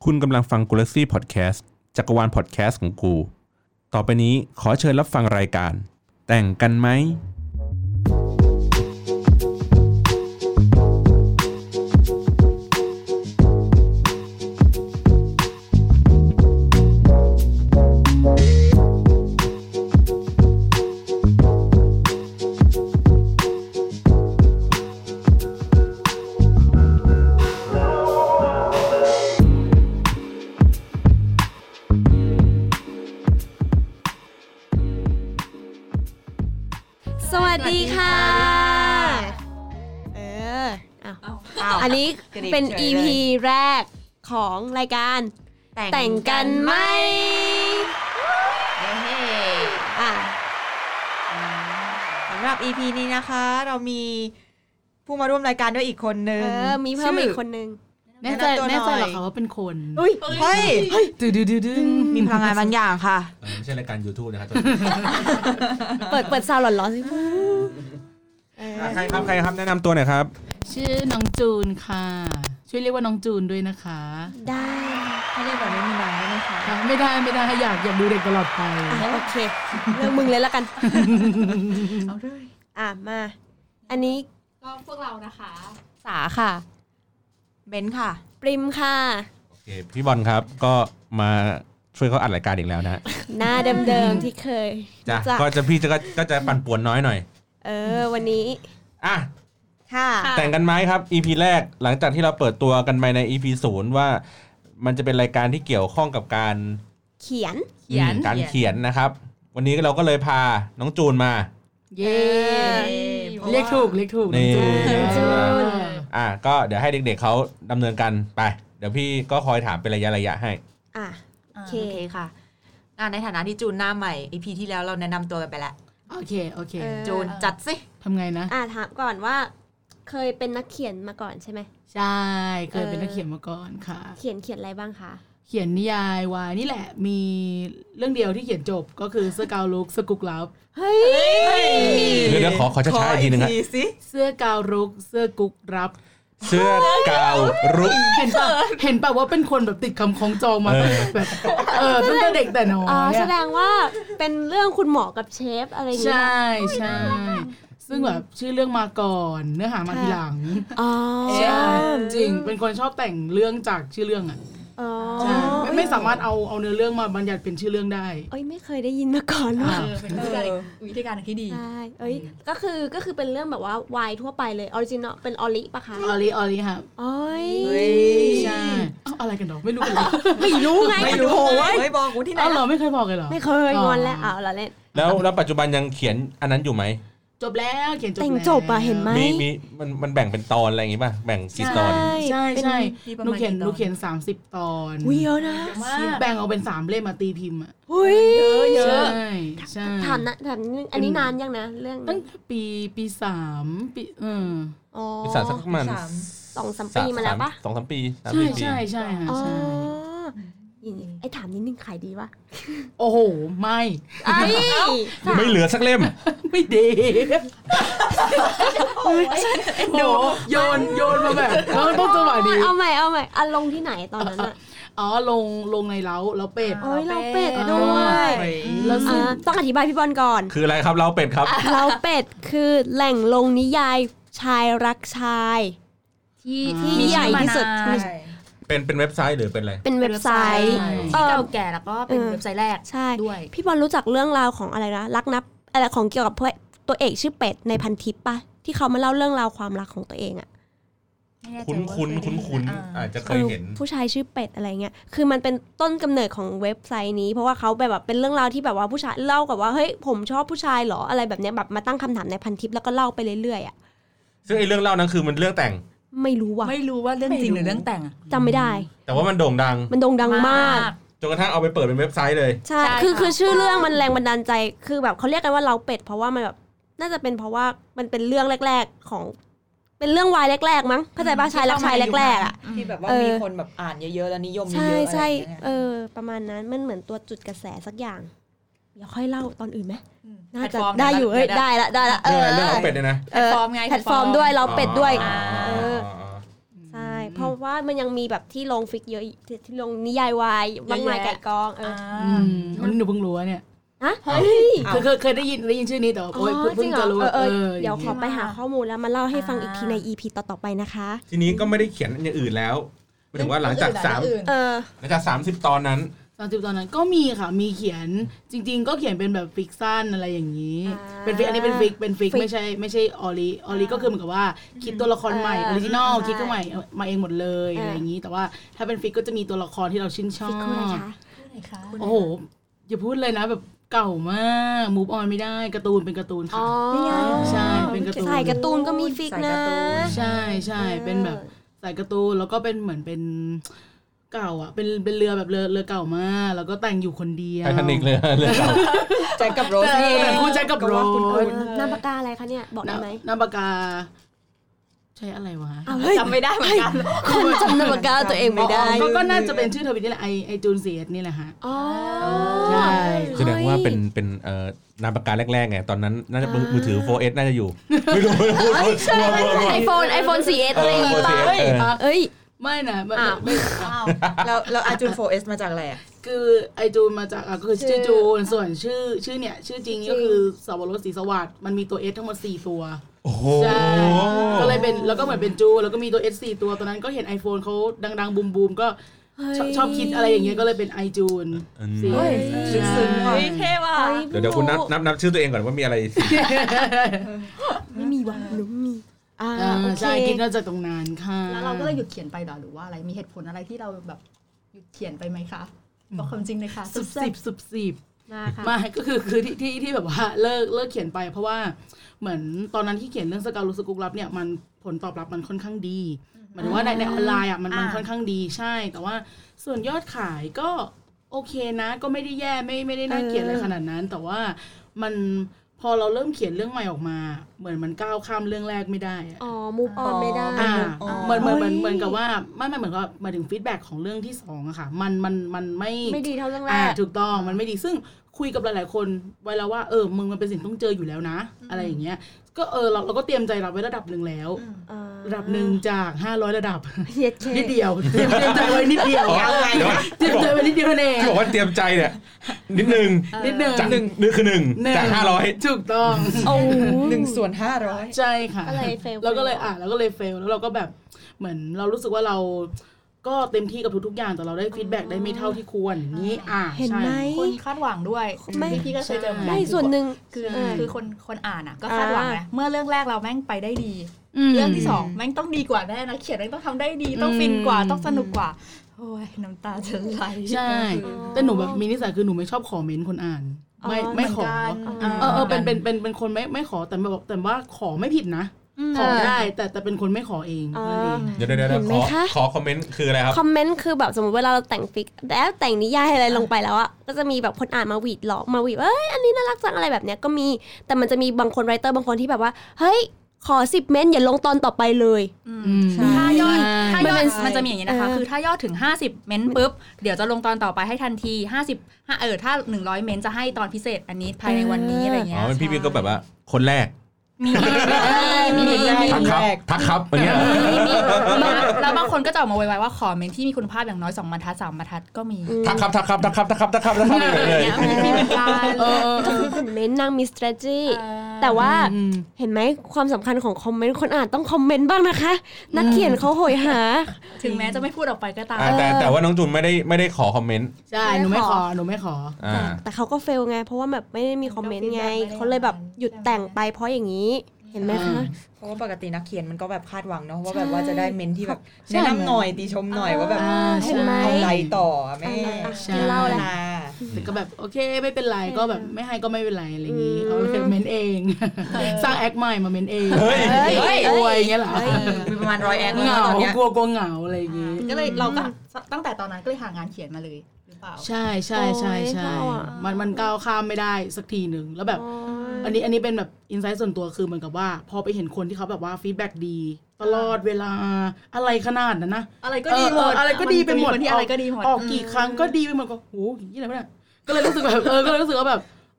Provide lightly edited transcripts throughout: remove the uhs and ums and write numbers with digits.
คุณกำลังฟัง Galaxy Podcast จักรวาลพอดแคสต์ของกูต่อไปนี้ขอเชิญรับฟังรายการแต่งกันไหมสวัสดีค่ะอันนี้เป็น EP แรกของรายการแต่งกันไหมสำหรับ EP นี้นะคะเรามีผู้มาร่วมรายการด้วยอีกคนนึงมีเพิ่มอีกคนนึงแน่ใจเหรอคะว่าเป็นคนเฮ้ยดื้อมีพลังงานบางอย่างค่ะไม่ใช่รายการ YouTube นะครับเปิดซาวด์หลอนๆสิใครครับแนะนำตัวหน่อยครับชื่อน้องจูนค่ะช่วยเรียกว่าน้องจูนด้วยนะคะได้ถ้าเรียกแบบไม่มีน้องได้ไหมคะไม่ได้อยากดูเด็กตลอดไปโอเคเรื่องมึงเลยแล้วกันเอาเลยมาอันนี้ก็พวกเรานะคะสาค่ะเบนค่ะปริมค่ะโอเคพี่บอลครับก็มาช่วยเขาอัดรายการอีกแล้วนะหน้าเดิมๆที่เคยจ้ะก็จะพี่ก็จะปั่นป่วนน้อยหน่อยวันนี้ค่ะแต่งกันไหมครับ EP แรกหลังจากที่เราเปิดตัวกันไปใน EP 0ว่ามันจะเป็นรายการที่เกี่ยวข้องกับการเขียนการเขียนนะครับวันนี้เราก็เลยพาน้องจูนมาเย้เรียกถูกน้องจูนก็เดี๋ยวให้เด็กๆเขาดำเนินกันไปเดี๋ยวพี่ก็คอยถามเป็นระยะให้โอเคค่ะในฐานะที่จูนหน้าใหม่ EP ที่แล้วเราแนะนำตัวกันไปแล้วโอเคจูนจัดสิทำไงนะถามก่อนว่าเคยเป็นนักเขียนมาก่อนใช่ไหมใช่เคยเป็นนักเขียนมาก่อนค่ะเขียนอะไรบ้างคะเขียนนิยายวายนี่แหละมีเรื่องเดียวที่เขียนจบก็คือเสื้อกาวรุกเสื้อกุ๊กลับเฮ้ยเดี๋ยวขอช้าๆอีกทีนึงครับเสื้อกาวรุกเสื้อกุ๊กรับเสื้อกาวรุกเห็นป่ะว่าเป็นคนแบบติดคำคล้องจองมาแบบตั้งแต่เด็กแต่น้อยแสดงว่าเป็นเรื่องคุณหมอกับเชฟอะไรอย่างเงี้ยใช่ซึ่งแบบชื่อเรื่องมาก่อนเนื้อหามาทีหลังใช่จริงเป็นคนชอบแต่งเรื่องจากชื่อเรื่องใช่ไม่สามารถเอาเนื้อเรื่องมาบรรยัติเป็นชื่อเรื่องได้ไม่เคยได้ยินมาก่อนว่าเป็นวิธีการที่ดีใช่ก็คือเป็นเรื่องแบบว่าวายทั่วไปเลยออริจินอลเป็นออริปะคะออริครับใช่อะไรกันเนาะไม่รู้ไงไม่รู้ไม่บอกกูที่ไหนเหรอไม่เคยบอกเลยเหรอไม่เคยงอนแล้วเราเล่นแล้วปัจจุบันยังเขียนอันนั้นอยู่ไหมจบแล้วเขียนจบแล้วแต่งจบเห็นไหมมีมันแบ่งเป็นตอนอะไรอย่างงี้ป่ะแบ่ง10ตอนใช่หนูเขียน30ตอนเยอะนะแบ่งเอาเป็น3เล่มมาตีพิมพ์เยอะใช่ถามอันนี้นานยังนะเรื่องตั้งแต่ปี3ปีปี3สักประมาณ 2-3 ปีมาแล้วป่ะ 2-3 ปีใช่ไอ้ถามนิดนึงขายดีป่ะโอ้โหไม่เหลือสักเล่มไม่ดีโยนมาแบบแล้วต้องจังหวะดีเอาใหม่ลงที่ไหนตอนนั้นลงในเล้าเป็ดเล้าเป็ดด้วยแล้วต้องอธิบายพี่บอลก่อนคืออะไรครับเล้าเป็ดครับเล้าเป็ดคือแหล่งลงนิยายชายรักชายที่ใหญ่ที่สุดเป็นเว็บไซต์หรือเป็นอะไรเป็นเว็บไซต์ที่เก่าแก่แล้วก็เป็นเว็บไซต์แรกด้วยพี่บอลรู้จักเรื่องราวของอะไรนะรักนับอะไรของเกี่ยวกับตัวเอกชื่อเป็ดในพันทิปป่ะที่เขามาเล่าเรื่องราวความรักของตัวเองคุ้นอาจจะเคยเห็นผู้ชายชื่อเป็ดอะไรเงี้ยคือมันเป็นต้นกำเนิดของเว็บไซต์นี้เพราะว่าเขาแบบเป็นเรื่องราวที่แบบว่าผู้ชายเล่ากับว่าเฮ้ยผมชอบผู้ชายเหรออะไรแบบเนี้ยแบบมาตั้งคำถามในพันทิปแล้วก็เล่าไปเรื่อยๆซึ่งไอ้เรื่องเล่านั้นคือมันเรื่องแต่งไม่รู้ว่าเรื่องจริงหรือเรื่องแต่งจำไม่ได้แต่ว่ามันโด่งดังมากจนกระทั่งเอาไปเปิดเป็นเว็บไซต์เลยใช่คือชื่อเรื่องมันแรงบันดาลใจคือแบบเขาเรียกกันว่าเล้าเป็ดเพราะว่ามันแบบน่าจะเป็นเพราะว่ามันเป็นเรื่องแรกๆของเป็นเรื่องวายแรกๆมั้งเข้าใจป่ะชายรักชายแรกๆที่แบบว่ามีคนแบบอ่านเยอะๆแล้วนิยมเยอะๆใช่ประมาณนั้นมันเหมือนตัวจุดกระแสสักอย่างเดี๋ยวค่อยเล่าตอนอื่นไหมน่าจะได้อยู่ได้ละเรื่องเป็ดเนี่ยนะแพลตฟอร์มด้วยเราเป็ดด้วยใช่พราะว่ามันยังมีแบบที่ลงฟิกเยอะที่ลงนิยายวายบางนายไก่กองมันหนูเพิ่งรู้เนี่ยเฮ้ยเคยได้ยินชื่อนี้แต่โอ้ยเพิ่งจะรู้เดี๋ยวขอไปหาข้อมูลแล้วมาเล่าให้ฟังอีกทีใน EP ต่อๆไปนะคะทีนี้ก็ไม่ได้เขียนอย่างอื่นแล้วหมายถึงว่าหลังจาก30ตอนนั้น 30ตอนนั้นก็มีค่ะมีเขียนจริงๆก็เขียนเป็นแบบฟิกชั่นอะไรอย่างนี้เป็นฟิกอันนี้เป็นฟิกไม่ใช่ออริก็คือเหมือนกับว่าคิดตัวละครใหม่ออริจินอลคิดก็ใหม่มาเองหมดเลยอะไรอย่างนี้แต่ว่าถ้าเป็นฟิกก็จะมีตัวละครที่เราชื่นชอบโอ้โหอย่าพูดเลยนะแบบเก่ามากมูฟออนไม่ได้การ์ตูนเป็นการ์ตูนค่ะใช่เป็นการ์ตูนสายการ์ตูนก็มีฟิกนะใช่เป็นแบบสายการ์ตูนแล้วก็เป็นเหมือนเป็นเก่าอ่ะเป็นเรือแบบเรือเก่ามากแล้วก็แต่งอยู่คนเดียวไททานิกเลยเก่าแจ็คกับโรสนี่คู่แจ็คกับโรสนามปากกาอะไรคะเนี่ยบอกได้ไหมนามปากกาใช่อะไรวะจำไม่ได้เหมือนกันคุณจำนามปากกาตัวเองไม่ได้ก็น่าจะเป็นชื่อทวิตนี่แหละไอจูนเซียดนี่แหละฮะใช่แสดงว่าเป็นนามปากกาแรกๆไงตอนนั้นน่าจะมือถือ 4S น่าจะอยู่ไม่รู้ไอโฟน 4S อะไรอย่างงี้ป่ะเอ้ยไม่นะไม่แล้วอาจูน 4S มาจากอะไรอ่ะคือไอจูนมาจากก็คือชื่อจูนส่วนชื่อเนี่ยชื่อจริงก็คือสวรสศรีสวัสดิ์มันมีตัว S ทั้งหมด4ตัวใช่ก็เลยเป็นแล้วก็เหมือนเป็นจูแล้วก็มีตัว S 4ตัวตอนนั้นก็เห็น iPhone เขาดังๆบูมก็ชอบคิดอะไรอย่างเงี้ยก็เลยเป็นไอจูนซึ้งเท่ว่ะเดี๋ยวคุณนับชื่อตัวเองก่อนว่ามีอะไรไม่มีว่ะหรือมีใช่คิดน่าจะตรงนั้นค่ะแล้วเราก็เลยหยุดเขียนไปหรือว่าอะไรมีเหตุผลอะไรที่เราแบบหยุดเขียนไปไหมคะบอกความจริงเลยค่ะสิบมาก็คือที่แบบว่าเลิกเขียนไปเพราะว่าเหมือนตอนนั้นที่เขียนเรื่องสกาลูสกุกลับเนี่ยมันผลตอบรับมันค่อนข้างดีหมายถึงว่าในออนไลน์อ่ะมันค่อนข้างดีใช่แต่ว่าส่วนยอดขายก็โอเคนะก็ไม่ได้แย่ไม่ได้น่าเกลียดอะไรขนาดนั้นแต่ว่ามันพอเราเริ่มเขียนเรื่องใหม่ออกมาเหมือนมันก้าวข้ามเรื่องแรกไม่ได้มูฟออนไม่ได้เหมือนกับว่าไม่เหมือนกับมาถึงฟีดแบ็กของเรื่องที่2อะค่ะมันไม่ดีเท่าเรื่องแรกถูกต้องมันไม่ดีซึ่งคุยกับหลายๆคนไว้แล้วว่ามึงมันเป็นสิ่งต้องเจออยู่แล้วนะอะไรอย่างเงี้ยก็เราก็เตรียมใจรับไว้ระดับนึงแล้วระดับนึงจาก500ระดับนิดเดียวเตรียมใจไว้นิดเดียวเตรียมใจไว้นิดเดียวเองบอกว่าเตรียมใจเนี่ยนิดนึงจาก1คือ1จาก500 ถูกต้อง 1/500 ใช่ค่ะแล้วก็เลยเฟลแล้วเราก็แบบเหมือนเรารู้สึกว่าเราก็เต็มที่กับทุกๆอย่างแต่เราได้ฟีดแบ็กได้ไม่เท่าที่ควรนี้เห็นไหมคนคาดหวังด้วยพี่ก็เคยเจอได้ส่วนหนึ่งคือคนอ่านอ่ะก็คาดหวังไงเมื่อเรื่องแรกเราแม่งไปได้ดีเรื่องที่2แม่งต้องดีกว่าแน่นะเขียนแม่งต้องทำได้ดีต้องฟินกว่าต้องสนุกกว่าโอ้ยน้ำตาจะไหลใช่แต่หนูแบบมีนิสัยคือหนูไม่ชอบขอเมนต์คนอ่านไม่ขอเป็นคนไม่ขอแต่ว่าขอไม่ผิดนะขอได้แต่เป็นคนไม่ขอเองเดี๋ยวขอคอมเมนต์คืออะไรครับคอมเมนต์คือแบบสมมติเวลาเราแต่งฟิกแล้วแต่งนิยายอะไรลงไปแล้วอ่ะก็จะมีแบบคนอ่านมาหวีดหรอกมาหวีดว่าอันนี้น่ารักจังอะไรแบบเนี้ยก็มีแต่มันจะมีบางคนไรเตอร์บางคนที่แบบว่าเฮ้ยขอ10เม้นต์อย่าลงตอนต่อไปเลยถ้ายอดมันจะมีอย่างนี้นะคะคือถ้ายอดถึง50เม้นต์ปุ๊บเดี๋ยวจะลงตอนต่อไปให้ทันที50ถ้า100เม้นต์จะให้ตอนพิเศษอันนี้ภายในวันนี้อะไรเงี้ยพี่ก็แบบว่าคนแรกมีทักครับอย่างเงี้ยแล้วบางคนก็จะออกมาไวๆว่าขอเมนที่มีคุณภาพอย่างน้อย2บรรทัด3บรรทัดก็มีทักครับเลยมีเหมือนกันก็คือเมนต์นางมี strategy แต่ว่าเห็นไหมความสำคัญของคอมเมนต์คนอ่านต้องคอมเมนต์บ้างนะคะนักเขียนเขาโหยหาถึงแม้จะไม่พูดออกไปก็ตามแต่ว่าน้องจูนไม่ได้ขอคอมเมนต์ใช่หนูไม่ขอแต่เขาก็เฟลไงเพราะว่าแบบไม่ได้มีคอมเมนต์ไงเขาเลยแบบหยุดแต่งไปเพราะอย่างนี้เห็นไหมคะเพราะว่าปกตินักเขียนมันก็แบบคาดหวังเนาะว่าแบบว่าจะได้เมนที่แบบแนะนำหน่อยติชมหน่อยว่าแบบเอาไรต่อแม่เล่าแล้วแต่ก็แบบโอเคไม่เป็นไรก็แบบไม่ให้ก็ไม่เป็นไรอะไรอย่างงี้เอาเลยเมนเองสร้างแอคใหม่มาเมนเองอวยอย่างเงี้ยเหรอมีประมาณ100แอคเหงากลัวเหงาอะไรอย่างงี้ก็เลยเราก็ตั้งแต่ตอนนั้นก็เลยหางานเขียนมาเลยใช่มันก้าวข้ามไม่ได้สักทีนึงแล้วแบบอันนี้เป็นแบบอินไซต์ส่วนตัวคือเหมือนกับว่าพอไปเห็นคนที่เขาแบบว่าฟีดแบ็กดีตลอดเวลาอะไรขนาดนั้นนะอะไรก็ดีหมดอะไรก็ดีไปหมดที่อะไรก็ดีหมดออกกี่ครั้งก็ดีไปหมดก็โหยี่อะไรวะเนี่ยก็เลยรู้สึกแบบก็เลยรู้สึกว่าแบบ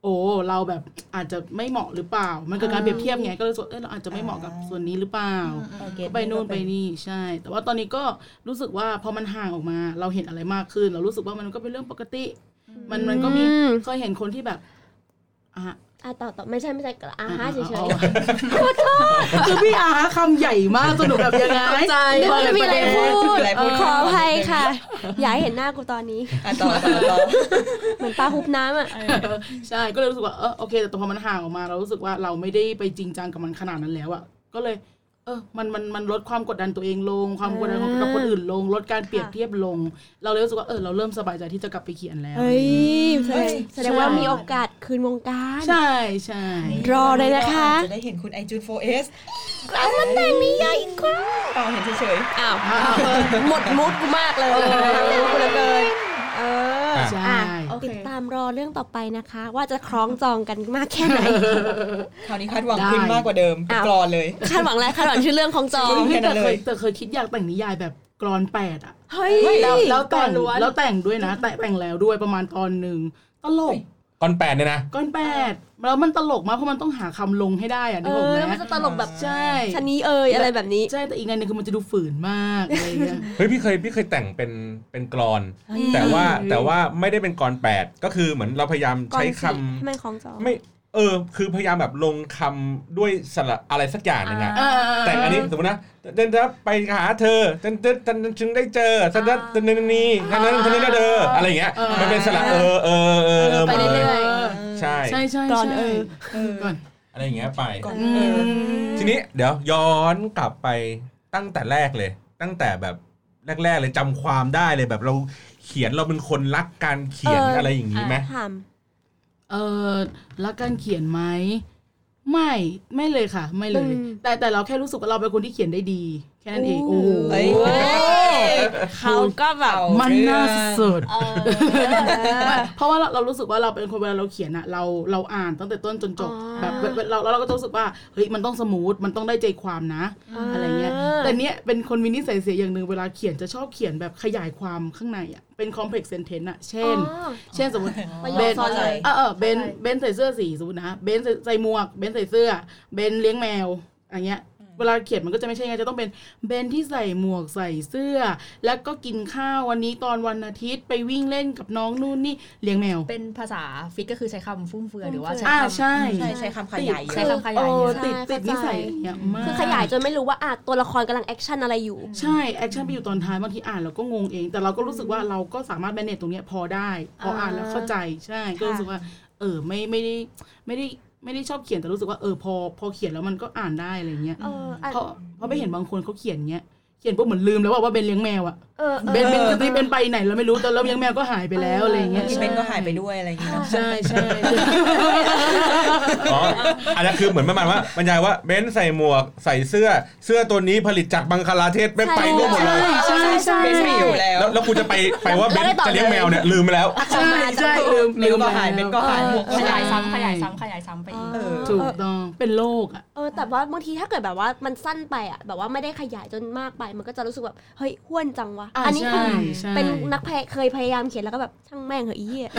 โอ้เราแบบอาจจะไม่เหมาะหรือเปล่ามันเกิดการเปรียบเทียบไงก็เลยเราอาจจะไม่เหมาะกับส่วนนี้หรือเปล่าก็ไปนู่นไปนี่ใช่แต่ว่าตอนนี้ก็รู้สึกว่าพอมันห่างออกมาเราเห็นอะไรมากขึ้นเรารู้สึกว่ามันก็เป็นเรื่องปกติมันก็มีเคยเห็นคนที่แบบต่อไม่ใช่อาฮะเฉยๆขอโทษคือพี่อาฮะคำใหญ่มากสนุกแบบยังไงใจไม่มีอะไรพูดขออภัยค่ะอย่าให้เห็นหน้ากูตอนนี้ต่อเหมือนปลาฮุบน้ำอ่ะใช่ก็เลยรู้สึกว่าโอเคแต่พอมันห่างออกมาเรารู้สึกว่าเราไม่ได้ไปจริงจังกับมันขนาดนั้นแล้วอ่ะก็เลยมันลดความกดดันตัวเองลงความกดดันกับคนอื่นลงลดการเปรียบเทียบลงเราเลยรู้สึกว่าเราเริ่มสบายใจที่จะกลับไปเขียนแล้วแสดงว่ามีโอกาสคืนวงการใช่ใช่รอเลยนะคะจะได้เห็นคุณไอจูน 4S กลับมาแต่งนิยายอีกครั้งเห็นเฉยๆหมดมูดกูมากเลยกูเหลือเกินติดตามรอเรื่องต่อไปนะคะว่าจะคล้องจองกันมากแค่ไหนคราวนี้คาดหวังขึ้นมากกว่าเดิมเป็นกลอนเลยคาดหวังอะไรคาดหวังชื่อเรื่องคล้องจองแต่เคยคิดอยากแต่งนิยายแบบกลอน8อ่ะเฮ้ยแล้วแต่งด้วยนะแต่งแล้วด้วยประมาณตอนนึงตลกก้อน8เนี่ยนะก้อน8แล้วมันตลกมากเพราะมันต้องหาคำลงให้ได้อ่ะนึกออกไหมมันจะตลกแบบใช่ชะนี้อะไรแบบนี้ใช่แต่อีกอันนึงคือมันจะดูฝืนมากอะไรเงี้ยเฮ้ยพี่เคยแต่งเป็นกลอนแต่ว่าไม่ได้เป็นกลอน8ก็คือเหมือนเราพยายามใช้คำไม่ของจอไม่คือพยายามแบบลงคำด้วยสระอะไรสักอย่างนึงอะแต่อันนี้สมมตินะจะไปหาเธอจึงได้เจอสันนี้นั้นก็เด้ออะไรอย่างเงี้ยมันเป็นสระไปเรื่อยๆใช่ก่อนก่อนอะไรอย่างเงี้ยไปทีนี้เดี๋ยวย้อนกลับไปตั้งแต่แรกเลยตั้งแต่แบบแรกๆเลยจำความได้เลยแบบเราเขียนเราเป็นคนรักการเขียนอะไรอย่างงี้ไหมรักการเขียนไหมไม่เลยค่ะไม่เลยแต่เราแค่รู้สึกว่าเราเป็นคนที่เขียนได้ดีแค่นั้นเองเขาก็แบบมันน่าสุดเพราะว่าเรารู้สึกว่าเราเป็นคนเวลาเราเขียนอะเราอ่านตั้งแต่ต้นจนจบแบบเราก็รู้สึกว่าเฮ้ยมันต้องสมูทมันต้องได้ใจความนะอะไรเงี้ยแต่เนี้ยเป็นคนมีนิสัยเสียอย่างนึงเวลาเขียนจะชอบเขียนแบบขยายความข้างในอะเป็น complex sentence อะเช่นสมมติเบนใส่เสื้อสีสมมตินะเบนใส่หมวกเบนใส่เสื้อเบนเลี้ยงแมวอย่างเงี้ยเวลาเขียนมันก็จะไม่ใช่ไงจะต้องเป็นเบนที่ใส่หมวกใส่เสื้อแล้วก็กินข้าววันนี้ตอนวันอาทิตย์ไปวิ่งเล่นกับน้องนู่นนี่เลี้ยงแมวเป็นภาษาฟิกก็คือใช้คำฟุ่มเฟือยหรือว่าใช้คำใช้คำขยายใช้คำขยายติดนิสัยเนี่ยมากคือขยายจนไม่รู้ว่าตัวละครกำลังแอคชั่นอะไรอยู่ใช่แอคชั่นไปอยู่ตอนท้ายบางทีอ่านเราก็งงเองแต่เราก็รู้สึกว่าเราก็สามารถแมเนจตรงนี้พอได้พออ่านแล้วเข้าใจใช่ก็รู้สึกว่าไม่ได้ชอบเขียนแต่รู้สึกว่าพอเขียนแล้วมันก็อ่านได้อะไรเงี้ยเพราะไม่เห็นบางคนเขาเขียนเงี้ยเขียนปุ๊บเหมือนลืมแล้วว่าเบนเลี้ยงแมวอ่ะเบนไปไหนเราไม่รู้แต่แล้วเลี้ยงแมวก็หายไปแล้วอะไรเงี้ยเบนก็หายไปด้วยอะไรเงี้ยใช่อันนั้นคือเหมือนประมาณว่าบรรยายว่าเบนใส่หมวกใส่เสื้อตัวนี้ผลิตจากบังคลาเทศไปร่วมหมดเลยใช่เบนไม่อยู่แล้วกูจะไปว่าเบนจะเลี้ยงแมวเนี่ยลืมไปแล้วใช่ลืมก็หายเบนก็หายขยายซ้ำไปอีกถูกต้องเป็นโรคอ่ะแต่ว่าบางทีถ้าเกิดแบบว่ามันสั้นไปอ่ะแบบว่าไม่ได้ขยายจนมากไปมันก็จะรู้สึกแบบเฮ้ยห้วนจังวะอันนี้คือเป็นนักเคยพยายามเขียนแล้วก็แบบช่างแม่งเหอะอีข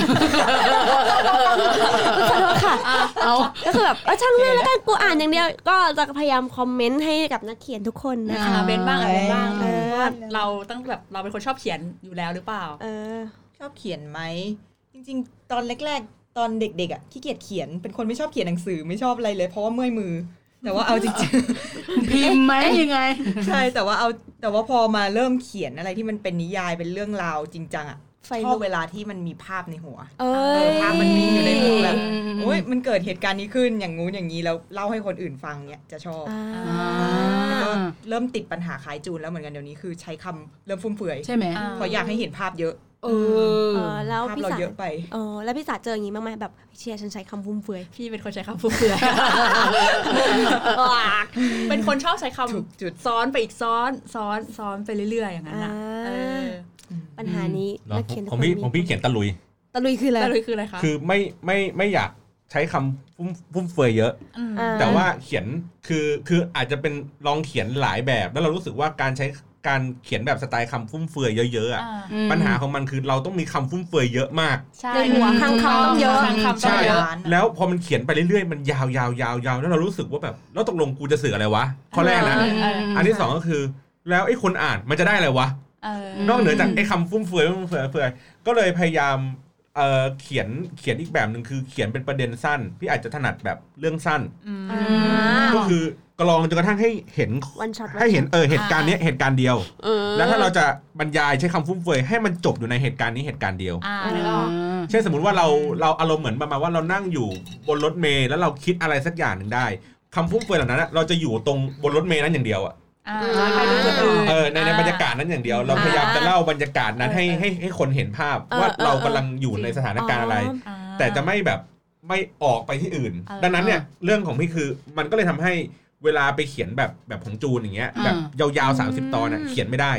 อโทษค่ะก็คือแบบช่างแม่งแล้วกันกูอ่านอย่างเดียวก็จะพยายามคอมเมนต์ให้กับนักเขียนทุกคนนะคะเบนบ้างเราตั้งแบบเราเป็นคนชอบเขียนอยู่แล้วหรือเปล่าชอบเขียนไหมจริงๆตอนแรกๆตอนเด็กๆอ่ะขี้เกียจเขียนเป็นคนไม่ชอบเขียนหนังสือไม่ชอบอะไรเลยเพราะว่าเมื่อยมือแต่ว่าเอาจริงๆพิมพ์ไหมยังไงใช่แต่ว่าพอมาเริ่มเขียนอะไรที่มันเป็นนิยายเป็นเรื่องราวจริงจังอ่ะชอบเวลาที่มันมีภาพในหัวภาพมันวิ่งอยู่ในหัวแบบโอ๊ยมันเกิดเหตุการณ์นี้ขึ้นอย่างงู้นอย่างนี้แล้วเล่าให้คนอื่นฟังเนี่ยจะชอบก็เริ่มติดปัญหาคล้ายจูนแล้วเหมือนกันเดี๋ยวนี้คือใช้คำเริ่มฟุ่มเฟือยใช่ไหมเพราะอยากให้เห็นภาพเยอะแล้วพี่สาเยอะไปแล้วพี่สาเจออย่างนี้บ้างไหมแบบเชียร์ฉันใช้คำฟุ่มเฟือยพี่เป็นคนใช้คำฟุ่มเฟือยเป็นคนชอบใช้คำจุดซ้อนไปอีกซ้อนไปเรื่อยๆอย่างนั้นนะปัญหานี้นักเขียนของพี่เขียนตะลุยคืออะไรคะคือไม่อยากใช้คำฟุ่มเฟือยเยอะแต่ว่าเขียนคืออาจจะเป็นลองเขียนหลายแบบแล้วเรารู้สึกว่าการใช้การเขียนแบบสไตล์คำฟุ่มเฟือยเยอะๆปัญหาของมันคือเราต้องมีคำฟุ่มเฟือยเยอะมากในหัวคำต้องเยอะใช่แล้วพอมันเขียนไปเรื่อยๆมันยาวๆแล้วเรารู้สึกว่าแบบแล้วตกลงกูจะสื่ออะไรวะข้อแรกนะอันที่2ก็คือแล้วไอ้คนอ่านมันจะได้อะไรวะนอกเหนือจากไอ้คำฟุ่มเฟือยก็เลยพยายามเขียนอีกแบบนึงคือเขียนเป็นประเด็นสั้นพี่อาจจะถนัดแบบเรื่องสั้นก็คือกลองจนกระทั่งให้เห็นเหตุการณ์นี้เหตุการณ์เดียวแล้วถ้าเราจะบรรยายใช้คำฟุ่มเฟือยให้มันจบอยู่ในเหตุการณ์นี้เหตุการณ์เดียวเช่นสมมุติว่าเราอารมณ์เหมือนประมาณว่าเรานั่งอยู่บนรถเมล์แล้วเราคิดอะไรสักอย่างนึงได้คำฟุ่มเฟือยเหล่านั้นเราจะอยู่ตรงบนรถเมล์นั้นอย่างเดียวในบรรยากาศนั้นอย่างเดียวเราพยายามจะเล่าบรรยากาศนั้นให้คนเห็นภาพว่าเรากำลังอยู่ในสถานการณ์อะไรแต่จะไม่แบบไม่ออกไปที่อื่นดังนั้นเนี่ยเรื่องของพี่คือมันก็เลยทำให้เวลาไปเขียนแบบของจูนอย่างเงี้ยแบบยาวๆ30 ตอนเขียนไม่ได้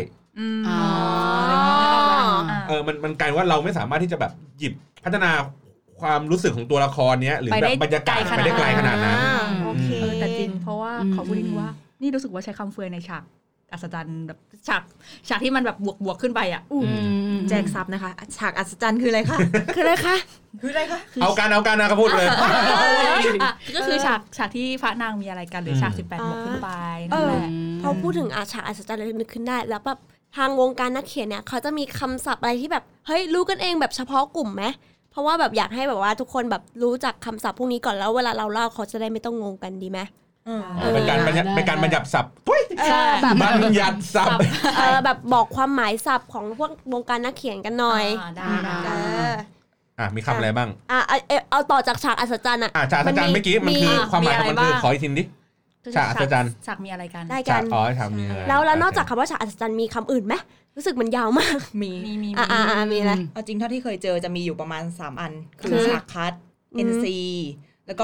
มันกลายว่าเราไม่สามารถที่จะแบบหยิบพัฒนาความรู้สึกของตัวละครเนี้ยหรือแบบบรรยากาศไปได้ไกลขนาดนั้นแต่จริงเพราะว่าขอพูดนิดนึงว่านี่รู้สึกว่าใช้คำเฟือยในฉากอัศจรรย์แบบฉากที่มันแบบบวกขึ้นไปอ่ะแจกซับนะคะฉากอัศจรรย์คืออะไรคะคืออะไรคะเอาการนะก็พูดเลยก็คือฉากที่พระนางมีอะไรกันหรือฉาก18 บวกขึ้นไปนั่นแหละพอพูดถึงฉากอัศจรรย์เลยนึกขึ้นได้แล้วแบบทางวงการนักเขียนเนี่ยเขาจะมีคำศัพท์อะไรที่แบบเฮ้ยรู้กันเองแบบเฉพาะกลุ่มไหมเพราะว่าแบบอยากให้แบบว่าทุกคนแบบรู้จักคำศัพท์พวกนี้ก่อนแล้วเวลาเราเล่าเขาจะได้ไม่ต้องงงกันดีไหมเป็นการบัญญัติศัพท์แบบบัญญัติศัพท์แบบบอกความหมายศัพท์ของพวกวงการนักเขียนกันหน่อยได้มีคำอะไรบ้างเอาต่อจากฉากอัศจรรย์ฉากอัศจรรย์เมื่อกี้มันคือความหมายของมันคือขออีกทีดิฉากอัศจรรย์ฉากมีอะไรกันได้กันฉากมีอะไรแล้วนอกจากคำว่าฉากอัศจรรย์มีคำอื่นไหมรู้สึกมันยาวมากมีอะไรเอาจริงเท่าที่เคยเจอจะมีอยู่ประมาณ3อันคือฉากคัท NC แล้วก็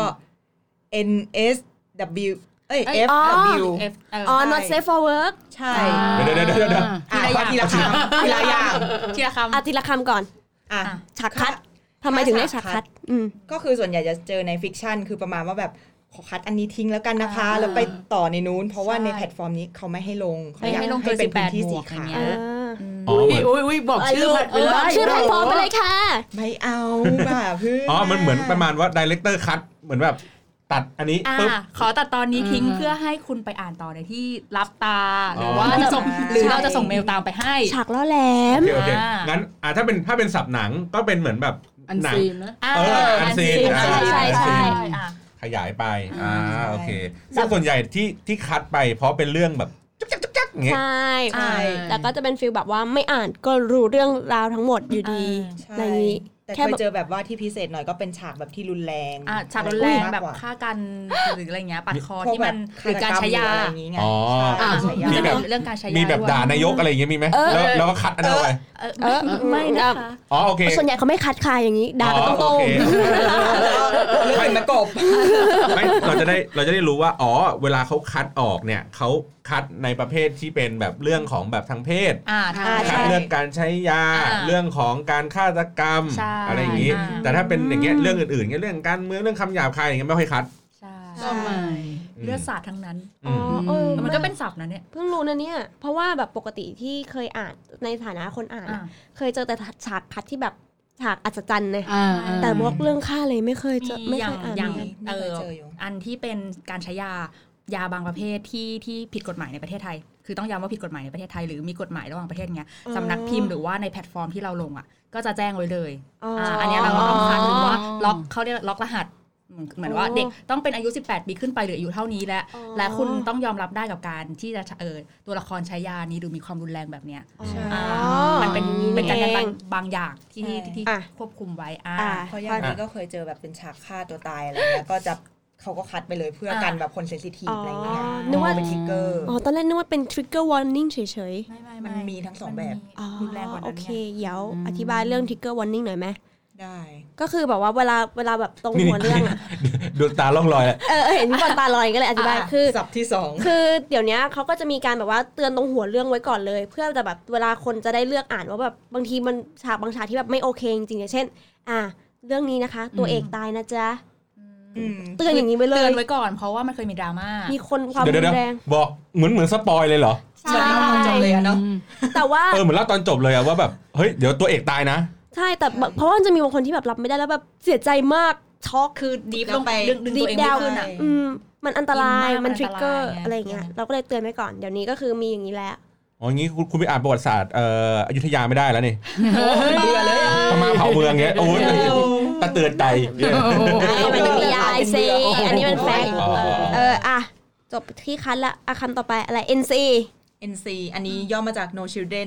NSW FW not safe for work ใช่เดี๋ยวทีละคำทีละคำก่อนฉากคัททำไมถึงได้ฉากคัทก็คือส่วนใหญ่จะเจอในฟิกชันคือประมาณว่าแบบขอคัดอันนี้ทิ้งแล้วกันนะคะแล้วไปต่อในนู้นเพราะว่าในแพลตฟอร์มนี้เขาไม่ให้ลงเขาอยากให้เป็นพื้นที่สีขาวบอกชื่อแพลตฟอร์มไปเลยค่ะไม่เอาแบบเพื่อนมันเหมือนประมาณว่าไดเรคเตอร์คัทเหมือนแบบตัดอันนี้ปุ๊บขอตัดตอนนี้ทิ้งเพื่อให้คุณไปอ่านต่อในที่รับตาหรือว่าจะส่งหรือเราจะส่งเมลตามไปให้ฉากล้อแหลมโอเคงั้นถ้าเป็นศัพท์หนังก็เป็นเหมือนแบบอันซีนนะอันซีนใช่ขยายไปโอเคซึ่งส่วนใหญ่ที่คัดไปเพราะเป็นเรื่องแบบจักๆอย่างเงี้ยใช่แล้วก็จะเป็นฟีลแบบว่าไม่อ่านก็รู้เรื่องราวทั้งหมดอยู่ดีในนี้แต่เคยเจอแบบว่าที่พิเศษหน่อยก็เป็นฉากแบบที่รุนแรงฉากรุนแรงแบบฆ่ากันหรืออะไรเงี้ยปัดคอที่มันหรือการใช้ยาอะไรอย่างเงี้ยมีแบบเรื่องการใช้ยามีแบบด่านายกอะไรอย่างเงี้ยมีไหมแล้วก็คัดอันนั้นไปไม่นะคะโอเคส่วนใหญ่เขาไม่คัดค่ะอย่างนี้ด่ากันตรงๆไม่มากบไม่เราจะได้รู้ว่าเวลาเขาคัดออกเนี่ยเขาคัดในประเภทที่เป็นแบบเรื่องของแบบทางเพศคัดเรื่องการใช้ยาเรื่องของการฆาตกรรมอะไรอย่างงี้แต่ถ้าเป็นอย่างเงี้ยเรื่องอื่นๆเงี้ยเรื่องการเมืองเรื่องคำหยาบคายอย่างเงี้ยไม่ค่อยคัดใช่เลือดสาดทั้งนั้นมันก็เป็นศัพท์นะเนี่ยเพิ่งรู้นะเนี่ยเพราะว่าแบบปกติที่เคยอ่านในฐานะคนอ่านเคยเจอแต่ฉากคัดที่แบบฉากอัศจรรย์เลยแต่วอกเรื่องฆ่าเลยไม่เคยเจอไม่เคยอ่านอันที่เป็นการใช้ยาบางประเภทที่ผิดกฎหมายในประเทศไทยคือต้องย้ำว่าผิดกฎหมายในประเทศไทยหรือมีกฎหมายระหว่างประเทศเงี้ยสำนักพิมพ์หรือว่าในแพลตฟอร์มที่เราลงก็จะแจ้งไว้เลยอันนี้เราก็ต้องคัดหรือว่าล็อกเขาเรียกล็อกรหัสเหมือนว่าเด็กต้องเป็นอายุ18 ปีขึ้นไปหรืออายุเท่านี้และคุณต้องยอมรับได้กับการที่จะตัวละครใช้ยานี้ดูมีความรุนแรงแบบเนี้ยมันเป็นการบางอย่างที่ควบคุมไว้เพราะอย่างนี้ก็เคยเจอแบบเป็นฉากฆ่าตัวตายอะไรเงี้ยก็จะเขาก็คัดไปเลยเพื่อกันแบบคนเซนซิทีฟอะไรเงี้ยนึกว่าเป็นทริกเกอร์ตอนแรกนึกว่าเป็น trigger warning เฉยๆมันมีทั้ง2แบบรุนแรงกว่านั้นโอเคเดี๋ยวอธิบายเรื่อง trigger warning หน่อยไหมได้ก็คือแบบว่าเวลาแบบตรงหัวเรื่องดูตาล่องรอยเห็นพี่บอลตาลอยก็เลยอธิบายคือศัพท์ที่2 คือเดี๋ยวนี้เขาก็จะมีการแบบว่าเตือนตรงหัวเรื่องไว้ก่อนเลยเพื่อจะแบบเวลาคนจะได้เลือกอ่านว่าแบบบางทีมันบางฉากที่แบบไม่โอเคจริงๆอย่างเช่นเรื่องนี้นะคะตัวเอกตายนะจ๊ะเตือนอย่างนี้ไปเลยเตือนไว้ก่อนเพราะว่ามันเคยมีดราม่ามีคนความรุนแรงบอกเหมือนสปอยเลยเหรอใช่จบเลยเนาะแต่ว่าเหมือนเล่าตอนจบเลยว่าแบบเฮ้ยเดี๋ยวตัวเอกตายนะใช่แต่เพราะว่าจะมีบางคนที่แบบรับไม่ได้แล้วแบบเสียใจมากช็อกคือดีฟลงไปดึงตัวเองไม่ขึ้นอ่ะมันอันตรายมันทริกเกอร์อะไรเงี้ยเราก็เลยเตือนไว้ก่อนเดี๋ยวนี้ก็คือมีอย่างนี้แล้วอ๋ออย่างนี้คุณไปอ่านประวัติศาสตร์อยุธยาไม่ได้แล้วนี่เบื่อเลยพม่าเผาเมืองเงี้ยโอ้ยตะเตือนใจมันมียายซีอันนี้มันแฟกอ่ะจบที่คันละคำต่อไปอะไร NC อันนี้ย่อมาจาก No Children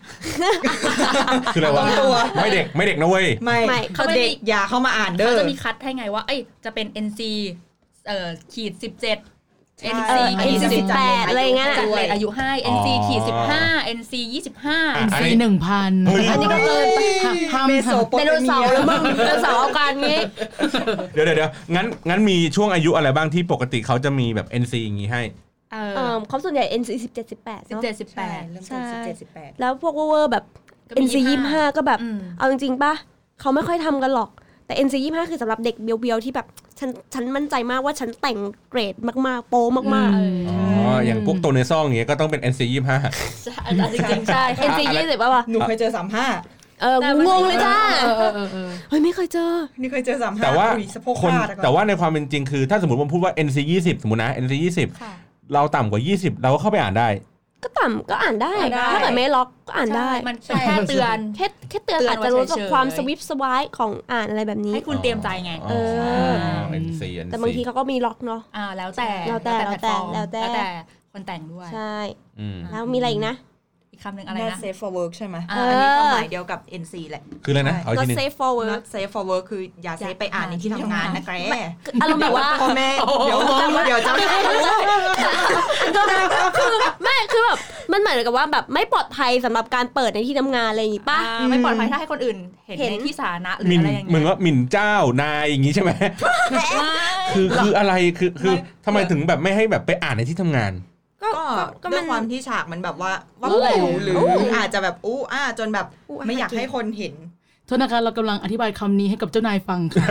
คืออะไรวะไม่เด็กนะเว้ยไม่เขาเด็กอย่าเข้ามาอ่านเด้อเขาจะมีคัดให้ไงว่าจะเป็น NC ขีด17 NC ขีด 18อะไรเงี้ยจัดเลทอายุให้ NC ขีด15 NC 25 NC 1,000 อันนี้ก็เกินเมโสโปเตเมียแล้วมึงเมโสเอาการงี้เดี๋ยวงั้นมีช่วงอายุอะไรบ้างที่ปกติเขาจะมีแบบ NC อย่างงี้ให้เขาส่วนใหญ่ NC 17 18เนาะ 17 18ใช่แล้วพวกเวอร์แบบ NC 25ก็แบบเอาจริงๆป่ะเขาไม่ค่อยทำกันหรอกแต่ NC 25คือสำหรับเด็กเบียวๆที่แบบฉันมั่นใจมากว่าฉันแต่งเกรดมากๆโป๊มากๆอ๋ออย่างพวกตัวในซ่องอย่างเงี้ยก็ต้องเป็น NC 25 ใช่จริงๆใช่ NC 20ป่ะหนูเคยเจอ35 งงเลยจ้าเฮ้ยไม่เคยเจอนี่เคยเจอ35 แต่ว่าแต่ว่าในความเป็นจริงคือถ้าสมมติว่าพูดว่า NC 20สมมุตินะ NC 20เราต่ำกว่า20เราก็เข้าไปอ่านได้ก็ต่ำก็อ่านได้ถ้าเกิดไม่ล็อกก็อ่านได้มันแค่เตือนแค่เตือนอาจจะรู้จักความสวิปสวายของอ่านอะไรแบบนี้ให้คุณเตรียมใจไงแต่บางทีเขาก็มีล็อกเนาะแล้วแต่คนแต่งด้วยใช่แล้วมีอะไรอีกนะคำหนึ่งอะไรนะ not safe for work ใช่ไหมอันนี้ความหมายเดียวกับ NC แหละคืออะไรนะ not safe for work not safe for work คืออย่าเซฟไปอ่านในที่ทำงานนะแกอารมณ์แบบว่าพ่อแม่เดี๋ยวจะไม่คือแบบมันเหมือนกับว่าแบบไม่ปลอดภัยสำหรับการเปิดในที่ทำงานอะไรอย่างงี้ป่ะไม่ปลอดภัยถ้าให้คนอื่นเห็นในที่สาธารณะหรืออะไรอย่างเงี้ยเหมือนว่าหมิ่นเจ้านายอย่างงี้ใช่ไหมคืออะไรคือทำไมถึงแบบไม่ให้แบบไปอ่านในที่ทำงานก็ด้วยความที่ฉากมันแบบว่าหรืออาจจะแบบจนแบบไม่อยากให้คนเห็นโทษนะคะเรากำลังอธิบายคำนี้ให้กับเจ้านายฟังค่ะ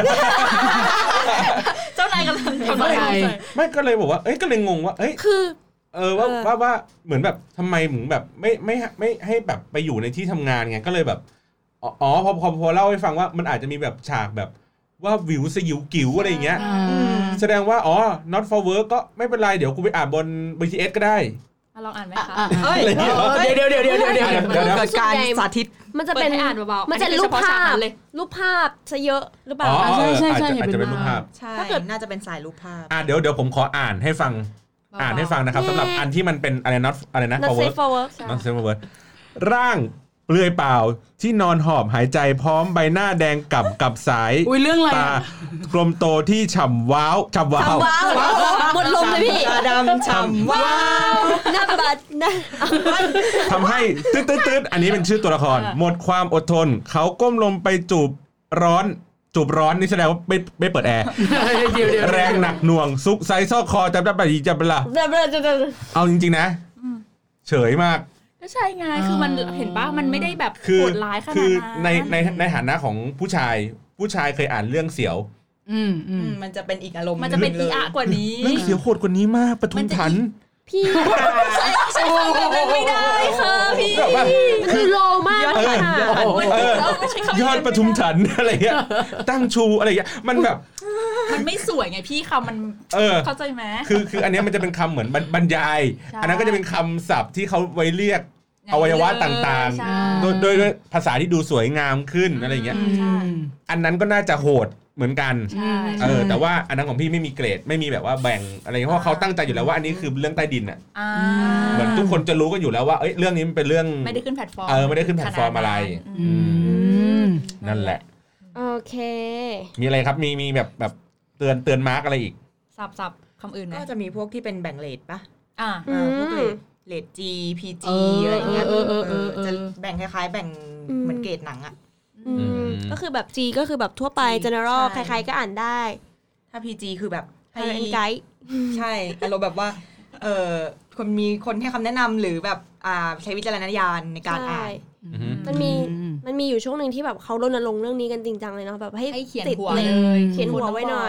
เจ้านายกำลังทำอะไรไม่ก็เลยบอกว่าก็เลยงงว่าคือว่าเหมือนแบบทำไมถึงแบบไม่ให้แบบไปอยู่ในที่ทำงานไงก็เลยแบบพอเล่าให้ฟังว่ามันอาจจะมีแบบฉากแบบว่าวิวสยิวกิ๋วอะไรอย่างเงี้ยแสดงว่าnot for work ก็ไม่เป็นไรเดี๋ยวกูไปอ่านบน BTS ก็ได้ลองอ่านไหมคะเดี๋ยวเกิดการสาธิตมันจะเป็นอ่านเบาๆมันจะรูปภาพซะเยอะหรือเปล่าใช่อาจจะเป็นรูปภาพใช่น่าจะเป็นสายรูปภาพเดี๋ยวผมขออ่านให้ฟังนะครับสำหรับอันที่มันเป็นอะไรนะ not safe for work not safe for work ร่างเปลือยเปล่าที่นอนหอบหายใจพร้อมใบหน้าแดงกับสายตากลมโตที่ฉ่ำว้าวหมดลมเลยพี่ดำฉ่ำว้าวหน้าบัดนะทำให้ตืดอันนี้เป็นชื่อตัวละครหมดความอดทนเขาก้มลงไปจูบร้อนนี่แสดงว่าไม่เปิดแอร์แรงหนักหน่วงซุกไซซอกคอจับละเอาจริงๆนะเฉยมากก็ใช่ไงคือมันเห็นป่ะมันไม่ได้แบบโหดร้ายขนาดนั้นคือในฐานะของผู้ชายเคยอ่านเรื่องเสียวมันจะเป็นอีกอารมณ์มันจะเป็นอีอะกว่านี้เรื่องเสียวโหดกว่านี้มากปทุมถันพี่ใช่ไม่ได้ค่ะพี่คือโลมากยอดปทุมถันอะไรเงี้ยตั้งชูอะไรเงี้ยมันแบบมันไม่สวยไงพี่คำมันเข้าใจไหมคืออันนี้มันจะเป็นคำเหมือนบรรยายอันนั้นก็จะเป็นคำศัพท์ที่เขาไว้เรียกอวัยวะต่างๆโดยภาษาที่ดูสวยงามขึ้นอะไรเงี้ยอันนั้นก็น่าจะโหดเหมือนกันแต่ว่าอันนั้นของพี่ไม่มีเกรดไม่มีแบบว่าแบ่งอะไรเพราะเขาตั้งใจอยู่แล้วว่าอันนี้คือเรื่องใต้ดินอ่ะเหมือนทุกคนจะรู้กันอยู่แล้วว่าเรื่องนี้มันเป็นเรื่องไม่ได้ขึ้นแพลตฟอร์มไม่ได้ขึ้นแพลตฟอร์มอะไรนั่นแหละโอเคมีอะไรครับมีแบบเตือนมาร์กอะไรอีกสับคำอื่นก็จะมีพวกที่เป็นแบ่งเรทป่ะพวกเรท G PG อะไรเงี้ยจะแบ่งคล้ายๆแบ่งเหมือนเกรดหนังอ่ะก็คือแบบ G ก็คือแบบทั่วไป general ใครๆก็อ่านได้ถ้า PG คือแบบให้ไกด์ใช่อารมณ์แบบว่าคนให้คำแนะนำหรือแบบใช้วิจารณญาณในการอ่านมันมีอยู่ช่วงนึงที่แบบเขารณรงค์เรื่องนี้กันจริงจังเลยเนาะแบบให้เขียนหัวเลยเขียนหัวไว้หน่อย